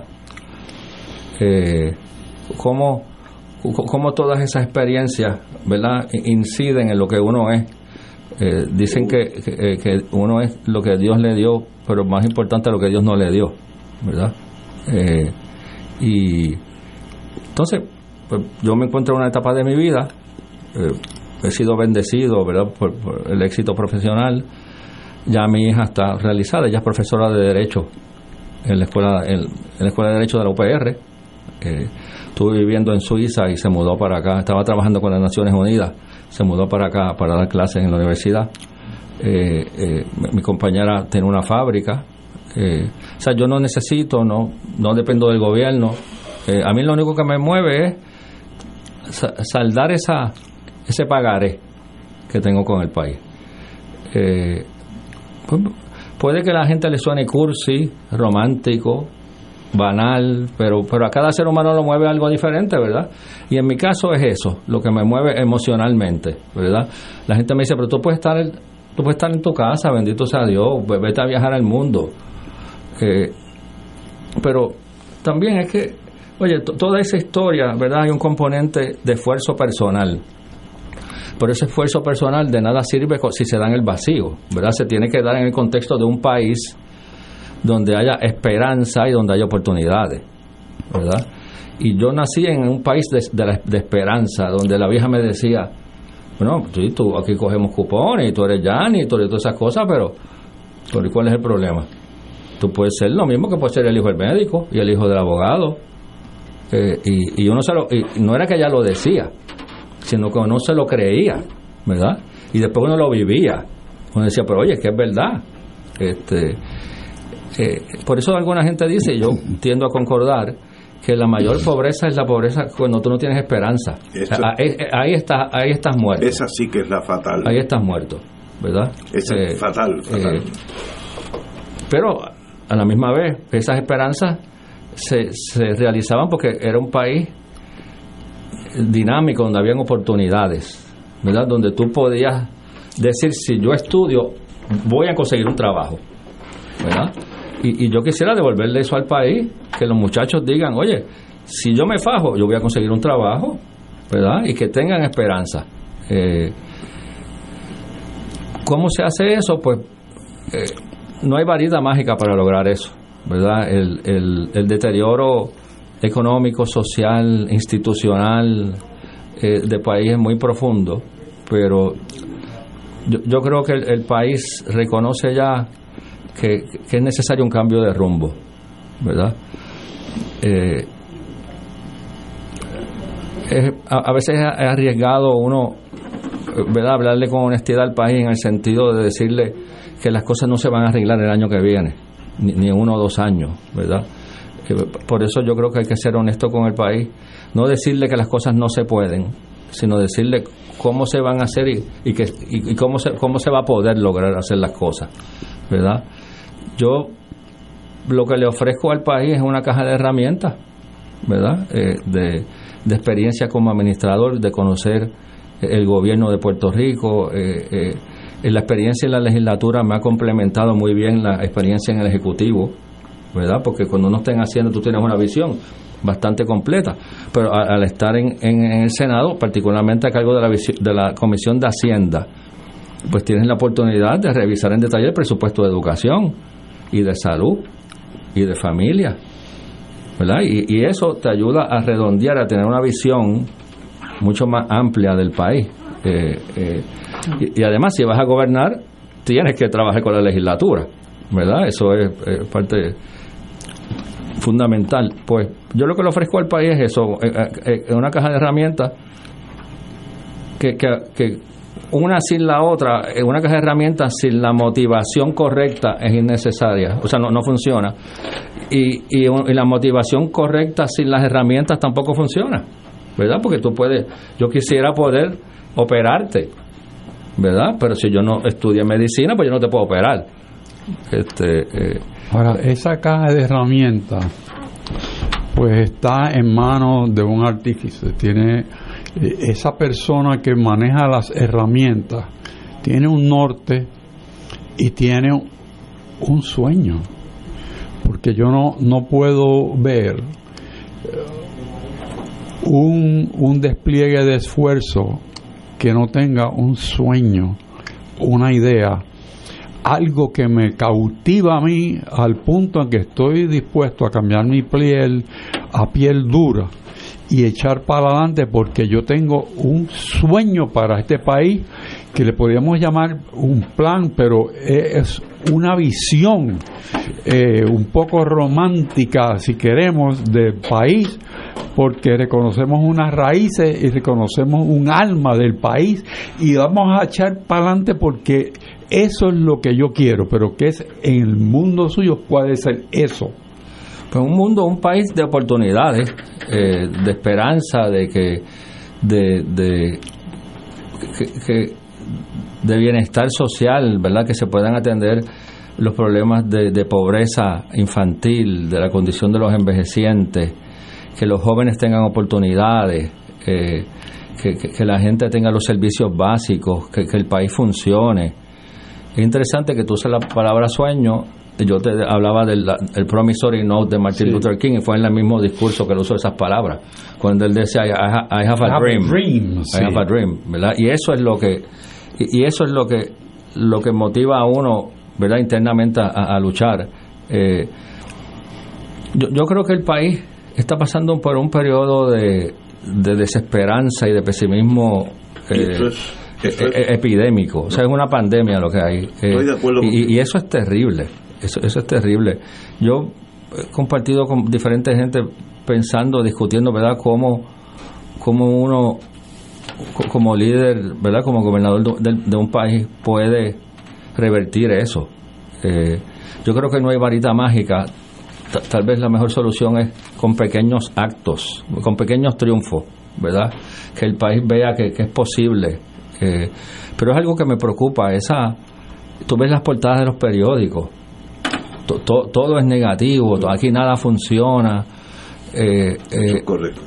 eh, cómo, cómo todas esas experiencias, ¿verdad?, inciden en lo que uno es. Eh, dicen que, que, que uno es lo que Dios le dio, pero más importante lo que Dios no le dio, ¿verdad? Eh, y entonces pues, yo me encuentro en una etapa de mi vida, eh, he sido bendecido, ¿verdad?, por, por el éxito profesional. Ya mi hija está realizada, ella es profesora de Derecho en la escuela en, en la escuela de Derecho de la U P R. Eh, estuve viviendo en Suiza y se mudó para acá, estaba trabajando con las Naciones Unidas, se mudó para acá para dar clases en la universidad. Eh, eh, mi compañera tiene una fábrica. Eh, o sea, yo no necesito, no no dependo del gobierno. Eh, a mí lo único que me mueve es saldar esa ese pagaré que tengo con el país. Eh, pues, puede que a la gente le suene cursi, romántico, banal, pero pero a cada ser humano lo mueve algo diferente, ¿verdad? Y en mi caso es eso, lo que me mueve emocionalmente, ¿verdad? La gente me dice, pero tú puedes estar tú puedes estar en tu casa, bendito sea Dios, vete a viajar al mundo. Eh, pero también es que, oye, t- toda esa historia, ¿verdad?, hay un componente de esfuerzo personal. Pero ese esfuerzo personal de nada sirve si se da en el vacío, ¿verdad? Se tiene que dar en el contexto de un país donde haya esperanza y donde haya oportunidades, ¿verdad? Y yo nací en un país de, de, de esperanza, donde la vieja me decía, Bueno, sí, tú, aquí cogemos cupones y tú eres Yanni y tú eres todas esas cosas, pero ¿cuál es el problema? Tú puedes ser lo mismo que puede ser el hijo del médico y el hijo del abogado. Eh, y, y uno se lo, y no era que ella lo decía, sino que uno se lo creía, ¿verdad? Y después uno lo vivía. Uno decía, pero oye, es que es verdad. Este, eh, por eso alguna gente dice, y yo tiendo a concordar, que la mayor pobreza es la pobreza cuando tú no tienes esperanza. Eso, ahí, ahí, estás, ahí estás muerto. Esa sí que es la fatal. Ahí estás muerto, ¿verdad? Esa eh, es fatal, fatal. Eh, pero a la misma vez, esas esperanzas se, se realizaban porque era un país dinámico, donde habían oportunidades, ¿verdad? Donde tú podías decir, si yo estudio, voy a conseguir un trabajo, ¿verdad? Y, y yo quisiera devolverle eso al país, que los muchachos digan, oye, si yo me fajo, yo voy a conseguir un trabajo, ¿verdad? Y que tengan esperanza. Eh, ¿Cómo se hace eso? Pues eh, no hay varita mágica para lograr eso, ¿verdad? El, el, el deterioro económico, social, institucional eh, del país es muy profundo, pero yo, yo creo que el, el país reconoce ya que, que es necesario un cambio de rumbo, ¿verdad? Eh, es, a, a veces es arriesgado uno, ¿verdad?, hablarle con honestidad al país en el sentido de decirle que las cosas no se van a arreglar el año que viene, ni, ni en uno o dos años, ¿verdad? Por eso yo creo que hay que ser honesto con el país, no decirle que las cosas no se pueden, sino decirle cómo se van a hacer y, y, que, y, y cómo, se, cómo se va a poder lograr hacer las cosas, ¿verdad? Yo lo que le ofrezco al país es una caja de herramientas, ¿verdad? Eh, de, de experiencia como administrador, de conocer el gobierno de Puerto Rico. Eh, eh, la experiencia en la legislatura me ha complementado muy bien la experiencia en el Ejecutivo, ¿verdad? Porque cuando uno está en Hacienda tú tienes una visión bastante completa, pero a, al estar en, en, en el Senado, particularmente a cargo de la, de la Comisión de Hacienda, pues tienes la oportunidad de revisar en detalle el presupuesto de educación y de salud y de familia, ¿verdad? Y, y eso te ayuda a redondear, a tener una visión mucho más amplia del país. Eh, eh, y, y además, si vas a gobernar, tienes que trabajar con la legislatura, ¿verdad? Eso es, es parte fundamental. Pues yo lo que le ofrezco al país es eso, eh, eh, una caja de herramientas que, que, que una sin la otra, una caja de herramientas sin la motivación correcta es innecesaria, o sea, no, no funciona. Y, y, y la motivación correcta sin las herramientas tampoco funciona, ¿verdad? Porque tú puedes, yo quisiera poder operarte, ¿verdad? Pero si yo no estudié medicina, pues yo no te puedo operar. Este, eh. Ahora, esa caja de herramientas pues está en manos de un artífice. Tiene eh, esa persona que maneja las herramientas, tiene un norte y tiene un, un sueño, porque yo no, no puedo ver un, un despliegue de esfuerzo que no tenga un sueño, una idea, algo que me cautiva a mí al punto en que estoy dispuesto a cambiar mi piel a piel dura y echar para adelante, porque yo tengo un sueño para este país que le podríamos llamar un plan, pero es una visión eh, un poco romántica, si queremos, del país, porque reconocemos unas raíces y reconocemos un alma del país y vamos a echar para adelante porque eso es lo que yo quiero. Pero ¿qué es en el mundo suyo? Puede ser eso. Pues un mundo, un país de oportunidades, eh, de esperanza, de que de, de que, que de bienestar social, ¿verdad? Que se puedan atender los problemas de, de pobreza infantil, de la condición de los envejecientes, que los jóvenes tengan oportunidades, eh, que, que, que la gente tenga los servicios básicos, que, que el país funcione. Es interesante que tú uses la palabra sueño. Yo te hablaba del el promissory note de Martin sí. Luther King, y fue en el mismo discurso que él usó esas palabras, cuando él decía I, I, I have a I dream, have a dream sí. I have a dream, ¿verdad? Y eso es lo que y, y eso es lo que lo que motiva a uno, ¿verdad?, internamente a, a luchar. Eh, yo, yo creo que el país está pasando por un periodo de, de desesperanza y de pesimismo eh, e- epidémico, o sea, es una pandemia lo que hay. Estoy de acuerdo eh, y, y eso es terrible, eso, eso es terrible. Yo he compartido con diferentes gente pensando, discutiendo, ¿verdad?, cómo, cómo uno, como líder, ¿verdad?, como gobernador de, de un país puede revertir eso. Eh, yo creo que no hay varita mágica. T- tal vez la mejor solución es con pequeños actos, con pequeños triunfos, ¿verdad?, que el país vea que, que es posible. Eh, pero es algo que me preocupa, esa, tú ves las portadas de los periódicos, to, to, todo es negativo, to, aquí nada funciona. Eh, eh, correcto.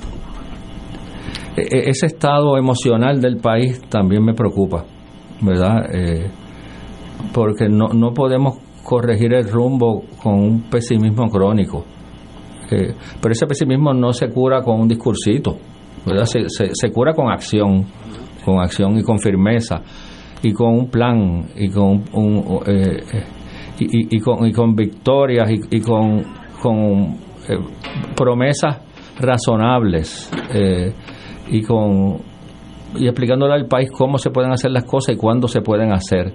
Eh, ese estado emocional del país también me preocupa, ¿verdad? Eh, porque no, no podemos corregir el rumbo con un pesimismo crónico. Eh, pero ese pesimismo no se cura con un discursito, ¿verdad? Se, se, se cura con acción, con acción y con firmeza, y con un plan, y con un, eh, y, y, y con y con victorias y, y con con eh, promesas razonables, eh, y con y explicándole al país cómo se pueden hacer las cosas y cuándo se pueden hacer.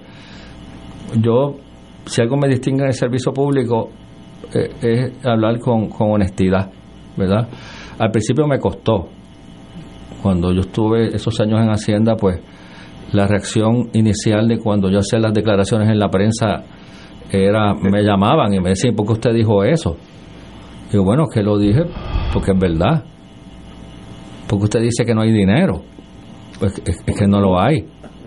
Yo, si algo me distingue en el servicio público, eh, es hablar con, con honestidad, ¿verdad? Al principio me costó. Cuando yo estuve esos años en Hacienda, pues la reacción inicial de cuando yo hacía las declaraciones en la prensa era, me llamaban y me decían, ¿por qué usted dijo eso? Digo, bueno, que lo dije porque es verdad. Porque usted dice que no hay dinero. Pues es, es que no lo hay.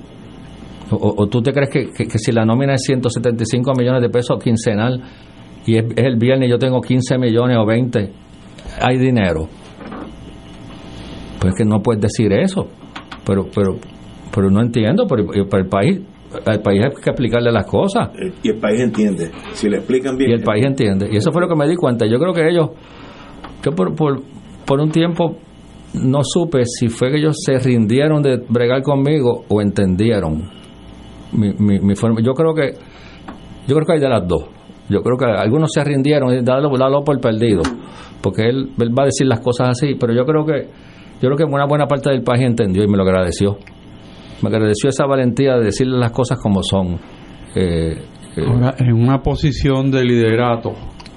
O, o tú te crees que, que, que si la nómina es ciento setenta y cinco millones de pesos quincenal y es, es el viernes y yo tengo quince millones o veinte, hay dinero. Pues que no puedes decir eso. Pero pero pero no entiendo, pero, pero el país al país hay que explicarle las cosas. Y el país entiende. Si le explican bien. Y el país entiende. Y eso fue lo que me di cuenta. Yo creo que ellos, yo por, por, por un tiempo no supe si fue que ellos se rindieron de bregar conmigo o entendieron mi, mi, mi forma. Yo creo que yo creo que hay de las dos. Yo creo que algunos se rindieron y dalo, dalo por perdido, porque él, él va a decir las cosas así, pero yo creo que yo creo que una buena parte del país entendió y me lo agradeció. Me agradeció esa valentía de decirle las cosas como son. Eh, eh. Ahora, en una posición de liderato,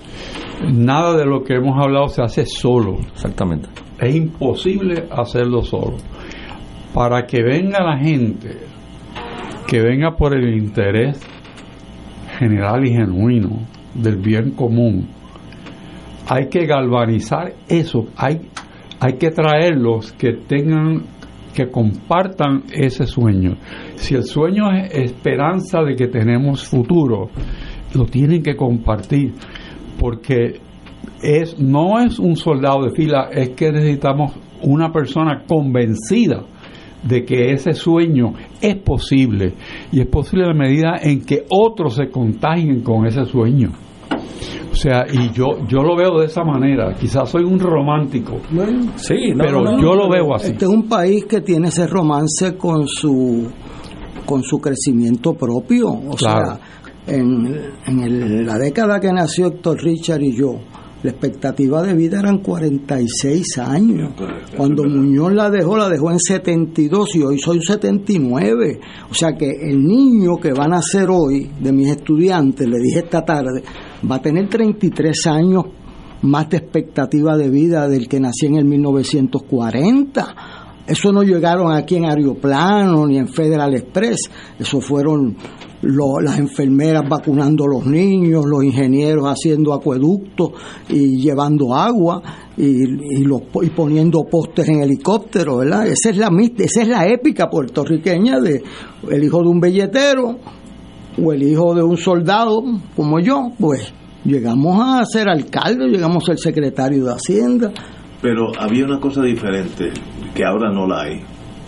nada de lo que hemos hablado se hace solo. Exactamente. Es imposible hacerlo solo. Para que venga la gente, que venga por el interés general y genuino del bien común, hay que galvanizar eso. Hay, hay que traerlos que tengan, que compartan ese sueño. Si el sueño es esperanza de que tenemos futuro, lo tienen que compartir, porque es no es un soldado de fila, es que necesitamos una persona convencida de que ese sueño es posible, y es posible a medida en que otros se contagien con ese sueño. O sea, y yo yo lo veo de esa manera. Quizás soy un romántico, bueno, sí, no, pero no, no, yo lo veo así. Este es un país que tiene ese romance con su con su crecimiento propio. O claro. sea, en, en el, la década que nació Héctor Richard y yo, la expectativa de vida eran cuarenta y seis años. Cuando Muñoz la dejó, la dejó en setenta y dos y hoy soy setenta y nueve. O sea que el niño que va a nacer hoy, de mis estudiantes, le dije esta tarde, va a tener treinta y tres años más de expectativa de vida del que nació en el mil novecientos cuarenta. Eso no llegaron aquí en Aeroplano ni en Federal Express. Eso fueron lo, las enfermeras vacunando a los niños, los ingenieros haciendo acueductos y llevando agua y, y, los, y poniendo postes en helicóptero, ¿verdad? Esa es la esa es la épica puertorriqueña de el hijo de un belletero o el hijo de un soldado como yo. Pues llegamos a ser alcalde, llegamos a ser secretario de Hacienda. Pero había una cosa diferente que ahora no la hay.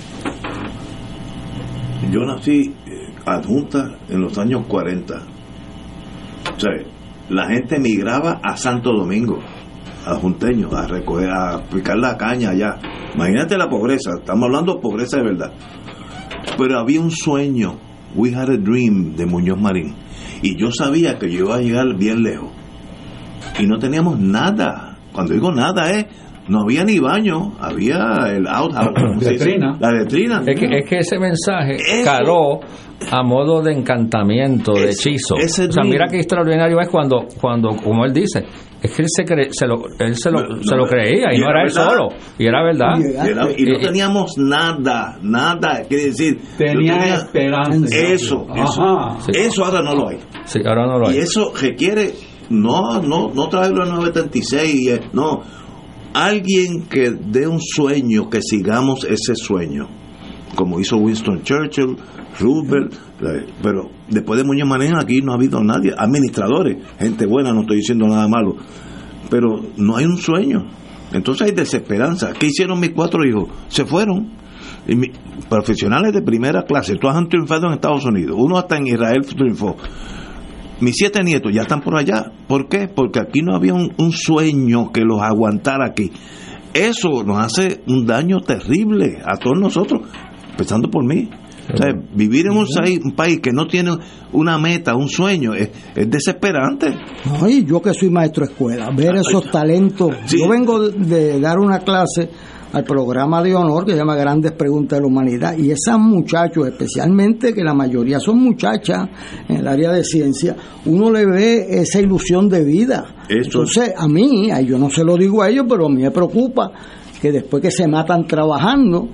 Yo nací adjunta en los años cuarenta. O sea, la gente migraba a Santo Domingo, adjunteños, a recoger, a picar la caña allá. Imagínate la pobreza, estamos hablando de pobreza de verdad. Pero había un sueño, we had a dream, de Muñoz Marín. Y yo sabía que yo iba a llegar bien lejos. Y no teníamos nada. Cuando digo nada es no había ni baño, había el outhouse, letrina. la letrina. Es que, es que ese mensaje Eso. caló a modo de encantamiento, de Ese- hechizo. ese O sea, mismo. mira qué extraordinario es cuando, cuando como él dice, es que él se, cre- se, lo, él se, lo, No, se no, lo creía y, y no era era él verdad. solo, y era verdad. Y, era- y no Y- teníamos nada, nada, quiere decir, Tenía yo tenía- esperanza. Eso, eso, Ajá. eso ahora no lo hay. Sí, ahora no lo hay. Y eso requiere, no, no, no traerlo en novecientos setenta y seis, eh, no, alguien que dé un sueño, que sigamos ese sueño, como hizo Winston Churchill, Roosevelt, la- pero después de Muñoz Marín aquí no ha habido nadie, administradores, gente buena, no estoy diciendo nada malo, pero no hay un sueño. Entonces hay desesperanza. ¿Qué hicieron mis cuatro hijos? Se fueron. Y mi- profesionales de primera clase, todos han triunfado en Estados Unidos, uno hasta en Israel triunfó. Mis siete nietos ya están por allá. ¿Por qué? Porque aquí no había un, un sueño que los aguantara aquí. Eso nos hace un daño terrible a todos nosotros, empezando por mí. O sea, vivir en un, país, un país que no tiene una meta, un sueño, es, es desesperante. No, y yo que soy maestro de escuela, ver esos talentos. Sí. Yo vengo de, de dar una clase al programa de honor que se llama Grandes Preguntas de la Humanidad, y esos muchachos, especialmente que la mayoría son muchachas en el área de ciencia, uno le ve esa ilusión de vida. Eso. Entonces, a mí, a- yo no se lo digo a ellos, pero a mí me preocupa que después que se matan trabajando,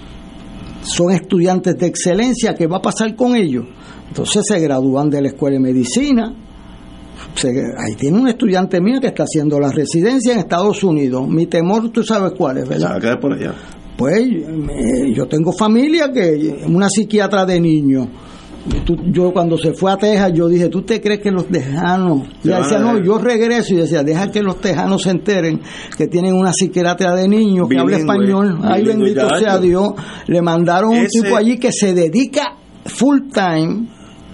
son estudiantes de excelencia, ¿qué va a pasar con ellos? Entonces se gradúan de la escuela de medicina. Se- ahí tiene un estudiante mío que está haciendo la residencia en Estados Unidos. Mi temor, tú sabes cuál es, Se va ¿verdad? a quedar por allá. Pues eh, yo tengo familia que, una psiquiatra de niños. Tú- yo cuando se fue a Texas, yo dije, ¿tú te crees que los tejanos? Y Se ella van decía, a no, ver. yo regreso. Y decía, deja que los tejanos se enteren que tienen una psiquiatra de niños que habla Bilingüe, español. Ay, bilingüe, bendito ya, sea ya. Dios. Le mandaron un Ese- tipo allí que se dedica full time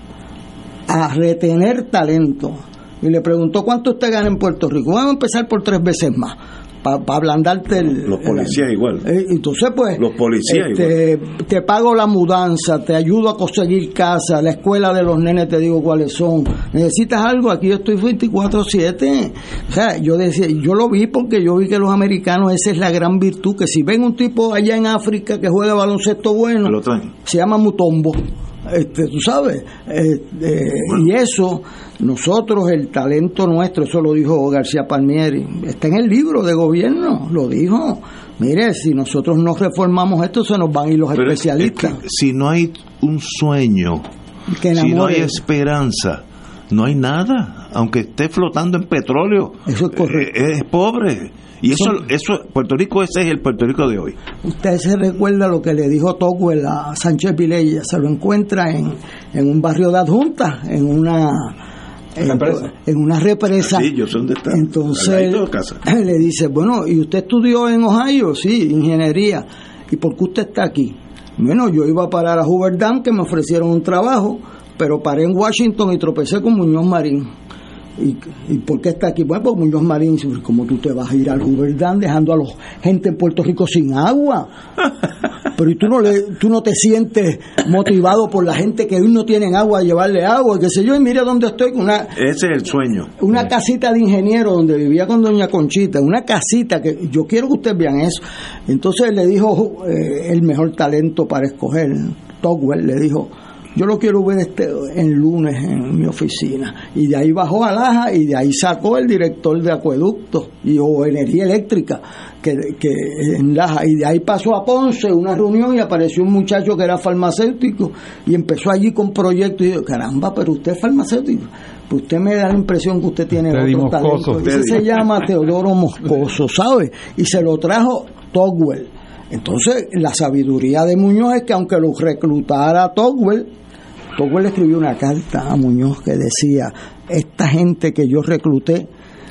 a retener talento. Y le preguntó, ¿cuánto usted gana en Puerto Rico? Vamos a empezar por tres veces más, para ablandarte el... Los policías el- igual. Eh, entonces, pues, Los policías este, te pago la mudanza, te ayudo a conseguir casa, la escuela de los nenes te digo cuáles son. ¿Necesitas algo? Aquí yo estoy veinticuatro siete. O sea, yo decía, yo lo vi porque yo vi que los americanos, esa es la gran virtud, que si ven un tipo allá en África que juega baloncesto bueno, Lo traen. se llama Mutombo. Este, tú sabes, eh, eh, y eso, nosotros, el talento nuestro, eso lo dijo García Palmieri, está en el libro de gobierno, lo dijo. Mire, si nosotros no reformamos esto, se nos van a ir los Pero es- especialistas. es que si no hay un sueño, Que si no hay enamore. esperanza, no hay nada. Aunque esté flotando en petróleo, Eso es correcto. eh, es pobre. Y eso, eso, Puerto Rico, ese es el Puerto Rico de hoy. Usted se recuerda lo que le dijo Tocqueville a Sánchez Vilella, se lo encuentra en, en un barrio de Adjunta, en una en, Represa. en una represa. Sí, yo sé dónde está. Al Entonces ladito de casa. le dice, bueno, ¿y usted estudió en Ohio? Sí, ingeniería. ¿Y por qué usted está aquí? Bueno, yo iba a parar a Hoover Dam, que me ofrecieron un trabajo, pero paré en Washington y tropecé con Muñoz Marín. ¿Y, ¿Y por qué está aquí? Bueno, porque Muñoz Marín dice, ¿cómo tú te vas a ir al Hoover Dam dejando a la gente en Puerto Rico sin agua? Pero ¿y tú no, le, tú no te sientes motivado por la gente que hoy no tienen agua a llevarle agua? Y qué sé yo, y mira dónde estoy, con una, Ese es el sueño. una casita de ingeniero donde vivía con doña Conchita, una casita que yo quiero que ustedes vean eso. Entonces le dijo eh, el mejor talento para escoger, Tocqueville, le dijo, yo lo quiero ver este en lunes en mi oficina. Y de ahí bajó a Laja y de ahí sacó el director de acueductos y o energía eléctrica que, que en Laja. Y de ahí pasó a Ponce, una reunión, y apareció un muchacho que era farmacéutico y empezó allí con proyectos. Y yo, caramba, pero usted es farmacéutico. Pues usted me da la impresión que usted tiene Teddy otro Moscoso. talento. Ese se Teddy. llama Teodoro Moscoso, ¿sabe? Y se lo trajo Tocqueville. Entonces, la sabiduría de Muñoz es que aunque lo reclutara Tocqueville, Tocqueville le escribió una carta a Muñoz que decía, esta gente que yo recluté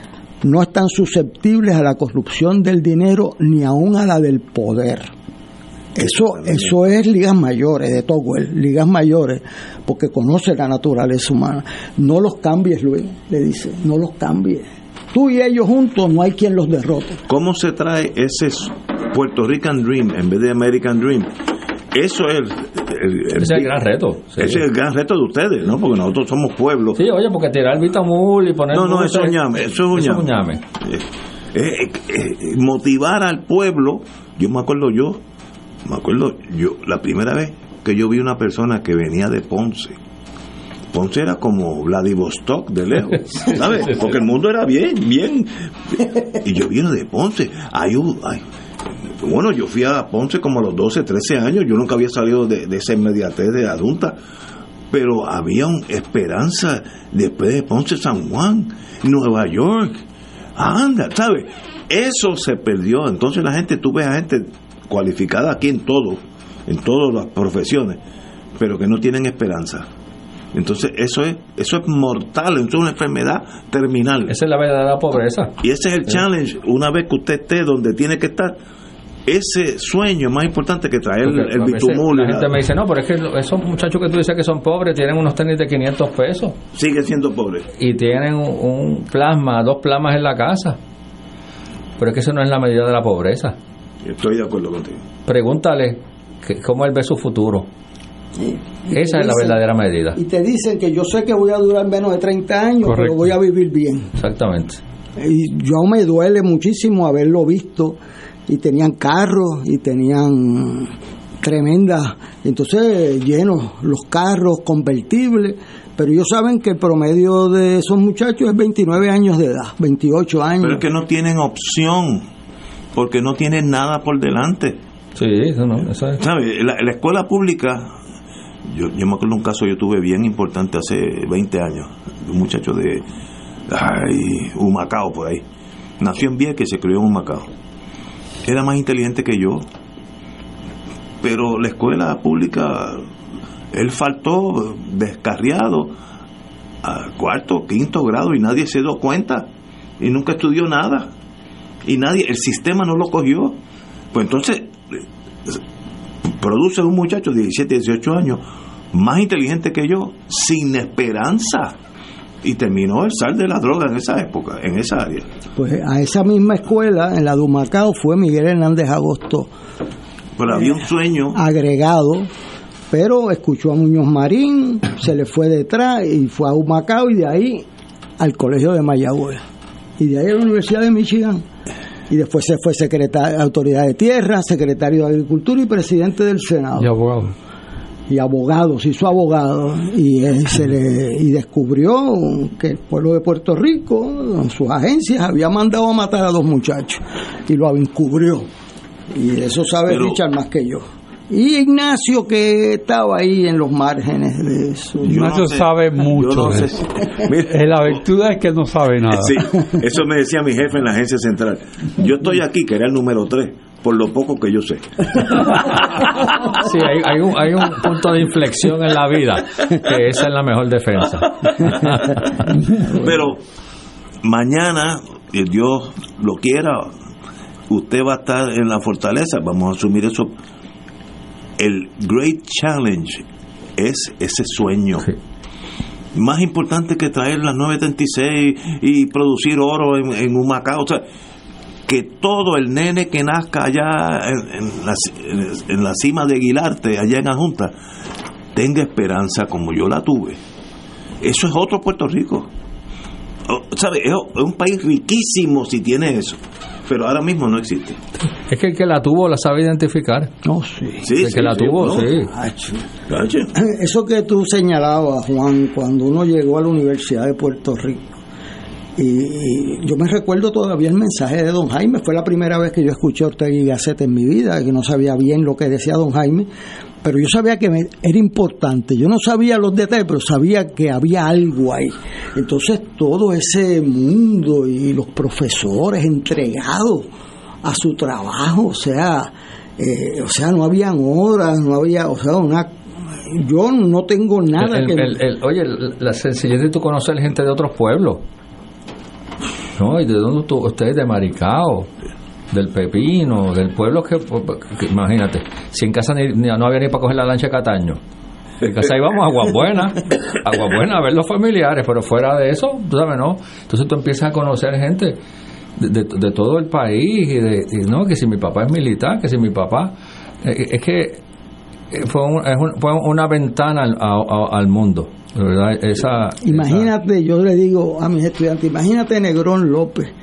no están susceptibles a la corrupción del dinero ni aún a la del poder. Eso, eso es ligas mayores de Tocqueville, ligas mayores, porque conoce la naturaleza humana. No los cambies, Luis, le dice, no los cambies. Tú y ellos juntos no hay quien los derrote. ¿Cómo se trae ese Puerto Rican Dream en vez de American Dream? Eso es el, el- el- Ese es el gran reto. Sí. ese es el gran reto de ustedes, ¿no? Porque nosotros somos pueblo. Sí, oye, porque tirar Vitamul y poner... No, no, eso es dulce, un ñame, eso es un eso es un ñame. ñame. Eh, Eh, eh, eh, motivar al pueblo. Yo me acuerdo yo, me acuerdo yo, la primera vez que yo vi una persona que venía de Ponce. Ponce era como Vladivostok de lejos, ¿sabes? Porque el mundo era bien, bien. Y yo vine de Ponce. Hay un, hay, bueno, yo fui a Ponce como a los doce, trece años. Yo nunca había salido de, de esa inmediatez de adulta. Pero había una esperanza después de Ponce, San Juan, Nueva York. Anda, ¿sabes? Eso se perdió. Entonces la gente, tú ves a gente cualificada aquí en todo, en todas las profesiones, pero que no tienen esperanza. Entonces eso es eso es mortal, eso es una enfermedad terminal. Esa es la verdadera pobreza. Y ese es el sí. challenge. Una vez que usted esté donde tiene que estar, ese sueño es más importante que traer Porque el bitumul. La gente me dice, no, pero es que esos muchachos que tú dices que son pobres tienen unos tenis de quinientos pesos. Siguen siendo pobres. Y tienen un, un plasma, dos plasmas en la casa. Pero es que eso no es la medida de la pobreza. Estoy de acuerdo contigo. Pregúntale que, cómo él ve su futuro. Sí. Esa es la verdadera medida. Y te dicen que yo sé que voy a durar menos de treinta años, Correcto. Pero voy a vivir bien. Exactamente. Y yo me duele muchísimo haberlo visto. Y tenían carros y tenían tremendas, entonces llenos los carros convertibles, pero ellos saben que el promedio de esos muchachos es veintinueve años de edad, veintiocho años. Pero es que no tienen opción, porque no tienen nada por delante. Sí, eso no, eso es. ¿Sabes? La, la escuela pública, yo, yo me acuerdo de un caso yo tuve bien importante hace veinte años, de un muchacho de ay, Humacao por ahí. Nació en Vieques y se crió en Humacao. Era más inteligente que yo, pero la escuela pública, él faltó descarriado a cuarto, quinto grado y nadie se dio cuenta y nunca estudió nada y nadie, el sistema no lo cogió. Pues entonces produce un muchacho de diecisiete, dieciocho años más inteligente que yo, sin esperanza. Y terminó el sal de la droga en esa época, en esa área. Pues a esa misma escuela, en la de Humacao, fue Miguel Hernández Agosto. Pero había un sueño. Agregado, pero escuchó a Muñoz Marín, se le fue detrás y fue a Humacao y de ahí al Colegio de Mayagüez. Y de ahí a la Universidad de Michigan. Y después se fue secretario de Autoridad de Tierra, secretario de Agricultura y presidente del Senado. Y abogado. Y abogado, se hizo abogado y eh, se le y descubrió que el pueblo de Puerto Rico, sus agencias, había mandado a matar a dos muchachos y lo encubrió. Y eso sabe Pero, Richard más que yo. Y Ignacio, que estaba ahí en los márgenes de eso. Ignacio no sé, sabe mucho. No de sé. Mira, la virtud es que no sabe nada. Sí, eso me decía mi jefe en la agencia central. Yo estoy aquí, que era el número tres. Por lo poco que yo sé. Sí, hay, hay, un, hay un punto de inflexión en la vida, que esa es la mejor defensa. Pero mañana, si Dios lo quiera, usted va a estar en la fortaleza, vamos a asumir eso. El Great Challenge es ese sueño. Sí. Más importante que traer las nueve treinta y seis y producir oro en, en Humacao, o sea, que todo el nene que nazca allá en, en, la, en la cima de Aguilarte, allá en Adjunta, tenga esperanza como yo la tuve. Eso es otro Puerto Rico. ¿Sabes? Es un país riquísimo si tiene eso, pero ahora mismo no existe. Es que el que la tuvo la sabe identificar. No, sí. sí el que sí, la sí, tuvo, no. sí. Cacho. Eso que tú señalabas, Juan, cuando uno llegó a la Universidad de Puerto Rico, y yo me recuerdo todavía el mensaje de don Jaime. Fue la primera vez que yo escuché Ortega y Gasset en mi vida, que no sabía bien lo que decía don Jaime, pero yo sabía que me, era importante. Yo no sabía los detalles, pero sabía que había algo ahí. Entonces todo ese mundo y los profesores entregados a su trabajo, o sea, eh, o sea, no habían horas, no había, o sea, una yo no tengo nada el, que el, el, oye, la sencillez de tú conocer gente de otros pueblos. No, ¿y de dónde tú, ustedes? De Maricao, del Pepino, del pueblo que, que imagínate, si en casa ni, ni, no había ni para coger la lancha de Cataño. En casa íbamos a Aguabuena, a Aguabuena a ver los familiares, pero fuera de eso, tú sabes, ¿no? Entonces tú empiezas a conocer gente de, de, de todo el país, y de, y no, que si mi papá es militar, que si mi papá, eh, es que fue, un, es un, fue una ventana al, a, a, al mundo. ¿Verdad? Esa, imagínate, esa... yo le digo a mis estudiantes, imagínate Negrón López,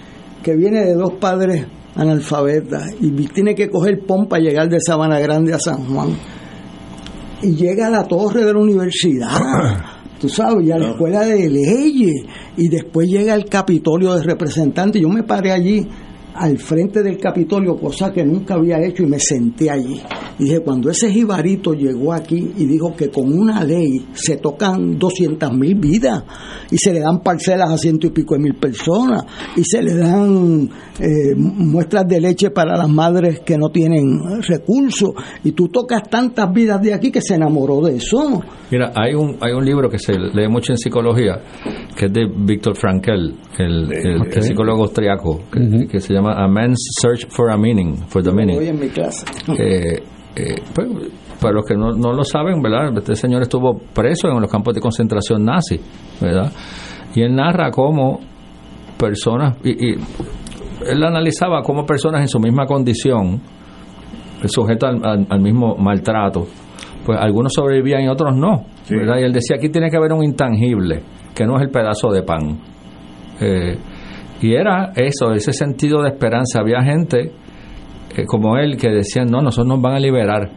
que viene de dos padres analfabetas y tiene que coger pompa para llegar de Sabana Grande a San Juan. Y llega a la torre de la universidad, tú sabes, y a la escuela de leyes, y después llega al Capitolio de Representantes. Yo me paré allí al frente del Capitolio, cosa que nunca había hecho, y me senté allí. Y dije, cuando ese jibarito llegó aquí y dijo que con una ley se tocan doscientas mil vidas y se le dan parcelas a ciento y pico de mil personas y se le dan eh, muestras de leche para las madres que no tienen recursos, y tú tocas tantas vidas de aquí, que se enamoró de eso. Mira, hay un hay un libro que se lee mucho en psicología, que es de Viktor Frankl, el, el, okay. el psicólogo austriaco, que, uh-huh. que se llama A Man's Search for a Meaning, for the Yo Meaning. Voy en mi clase. Eh, eh, pues, para los que no, no lo saben, ¿verdad? Este señor estuvo preso en los campos de concentración nazi, ¿verdad? Y él narra cómo personas, y, y él analizaba cómo personas en su misma condición, sujetas al, al, al mismo maltrato, pues algunos sobrevivían y otros no, sí. ¿verdad? Y él decía, aquí tiene que haber un intangible, que no es el pedazo de pan. Eh, y era eso, ese sentido de esperanza. Había gente eh, como él que decían, no, nosotros nos van a liberar.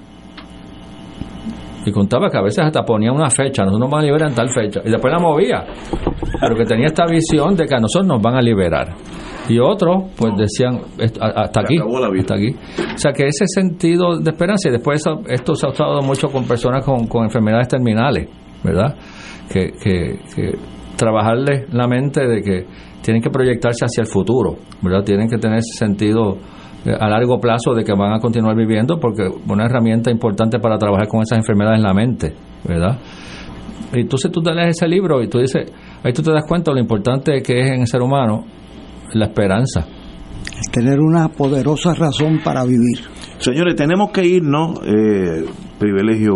Y contaba que a veces hasta ponía una fecha, nosotros nos van a liberar en tal fecha, y después la movía, pero que tenía esta visión de que a nosotros nos van a liberar. Y otros pues decían, hasta aquí, hasta aquí. O sea, que ese sentido de esperanza. Y después eso, esto se ha usado mucho con personas con, con enfermedades terminales, ¿verdad? Que, que, que trabajarles la mente de que tienen que proyectarse hacia el futuro, ¿verdad? Tienen que tener ese sentido a largo plazo de que van a continuar viviendo, porque una herramienta importante para trabajar con esas enfermedades es la mente, ¿verdad? Y entonces tú te lees ese libro y tú dices, ahí tú te das cuenta de lo importante que es en el ser humano la esperanza. Es tener una poderosa razón para vivir. Señores, tenemos que irnos. Eh, privilegio.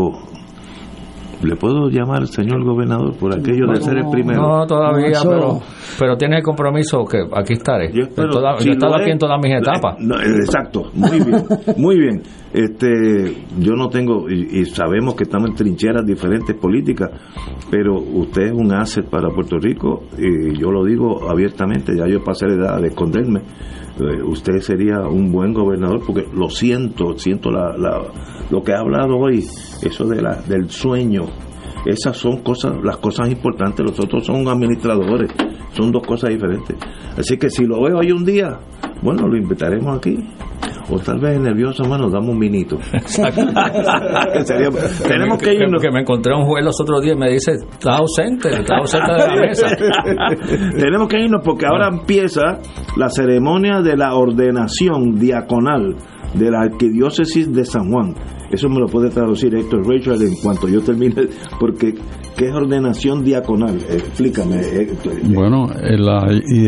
¿Le puedo llamar señor gobernador por aquello no, de ser el primero? No, todavía, no, pero pero tiene el compromiso que aquí estaré. Yo, espero, toda, si yo he estado aquí en todas mis etapas. No, exacto, muy bien, muy bien. Este, yo no tengo, y, y sabemos que estamos en trincheras diferentes políticas, pero usted es un asset para Puerto Rico, y yo lo digo abiertamente, ya yo pasé la edad de esconderme. Eh, usted sería un buen gobernador, porque lo siento, siento la, la, lo que ha hablado hoy, eso de la, del sueño. Esas son cosas, las cosas importantes. Los otros son administradores, son dos cosas diferentes. Así que si lo veo hoy un día, bueno, lo invitaremos aquí. O tal vez nervioso, bueno, damos un vinito. Sería, tenemos que irnos. Que me encontré un juez los otros días y me dice, está ausente, está ausente de la mesa. Tenemos que irnos porque ahora empieza la ceremonia de la ordenación diaconal de la Arquidiócesis de San Juan. Eso me lo puede traducir Héctor Rachel en cuanto yo termine, porque ¿qué es ordenación diaconal? Explícame, Héctor. Bueno, en la,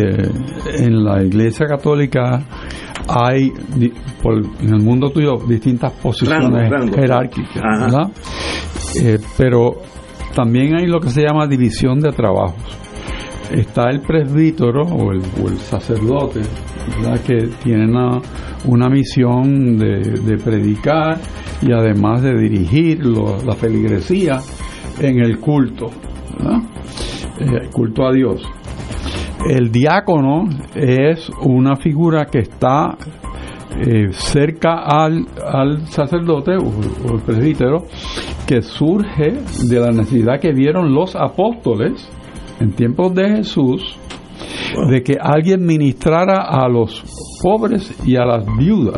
en la Iglesia Católica hay, por, en el mundo tuyo, distintas posiciones rango, rango, jerárquicas, ¿verdad? Eh, pero también hay lo que se llama división de trabajos. Está el presbítero o el, o el sacerdote, ¿verdad?, que tiene una, una misión de, de predicar y además de dirigir lo, la feligresía en el culto, ¿verdad? El culto a Dios. El diácono es una figura que está eh, cerca al, al sacerdote o, o el presbítero, que surge de la necesidad que vieron los apóstoles en tiempos de Jesús, wow, de que alguien ministrara a los pobres y a las viudas,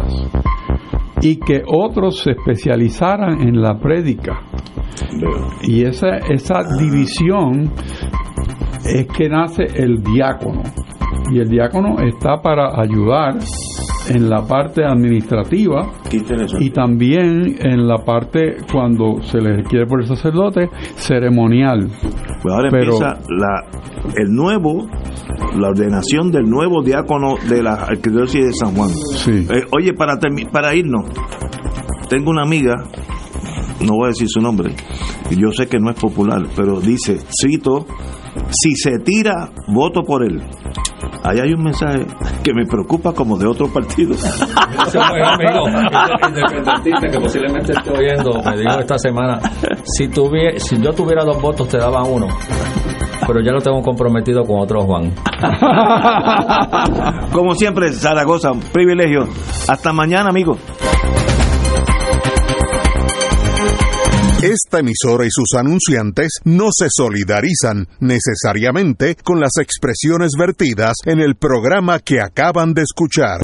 y que otros se especializaran en la prédica. Y esa, esa división es que nace el diácono, y el diácono está para ayudar en la parte administrativa y también en la parte, cuando se le requiere por el sacerdote, ceremonial. Pues ahora Pero, empieza la, el nuevo, la ordenación del nuevo diácono de la Arquidiócesis de San Juan. Sí. Eh, oye, para, termi- para irnos, tengo una amiga, no voy a decir su nombre, y yo sé que no es popular, pero dice, cito, si se tira, voto por él. ahí hay un mensaje que me preocupa como de otro partido. Ese buen amigo independentista que posiblemente esté oyendo me dijo esta semana, si tuviera, si yo tuviera dos votos te daban uno, pero ya lo tengo comprometido con otro Juan. Como siempre, Zaragoza, un privilegio. Hasta mañana, amigos. Esta emisora y sus anunciantes no se solidarizan necesariamente con las expresiones vertidas en el programa que acaban de escuchar.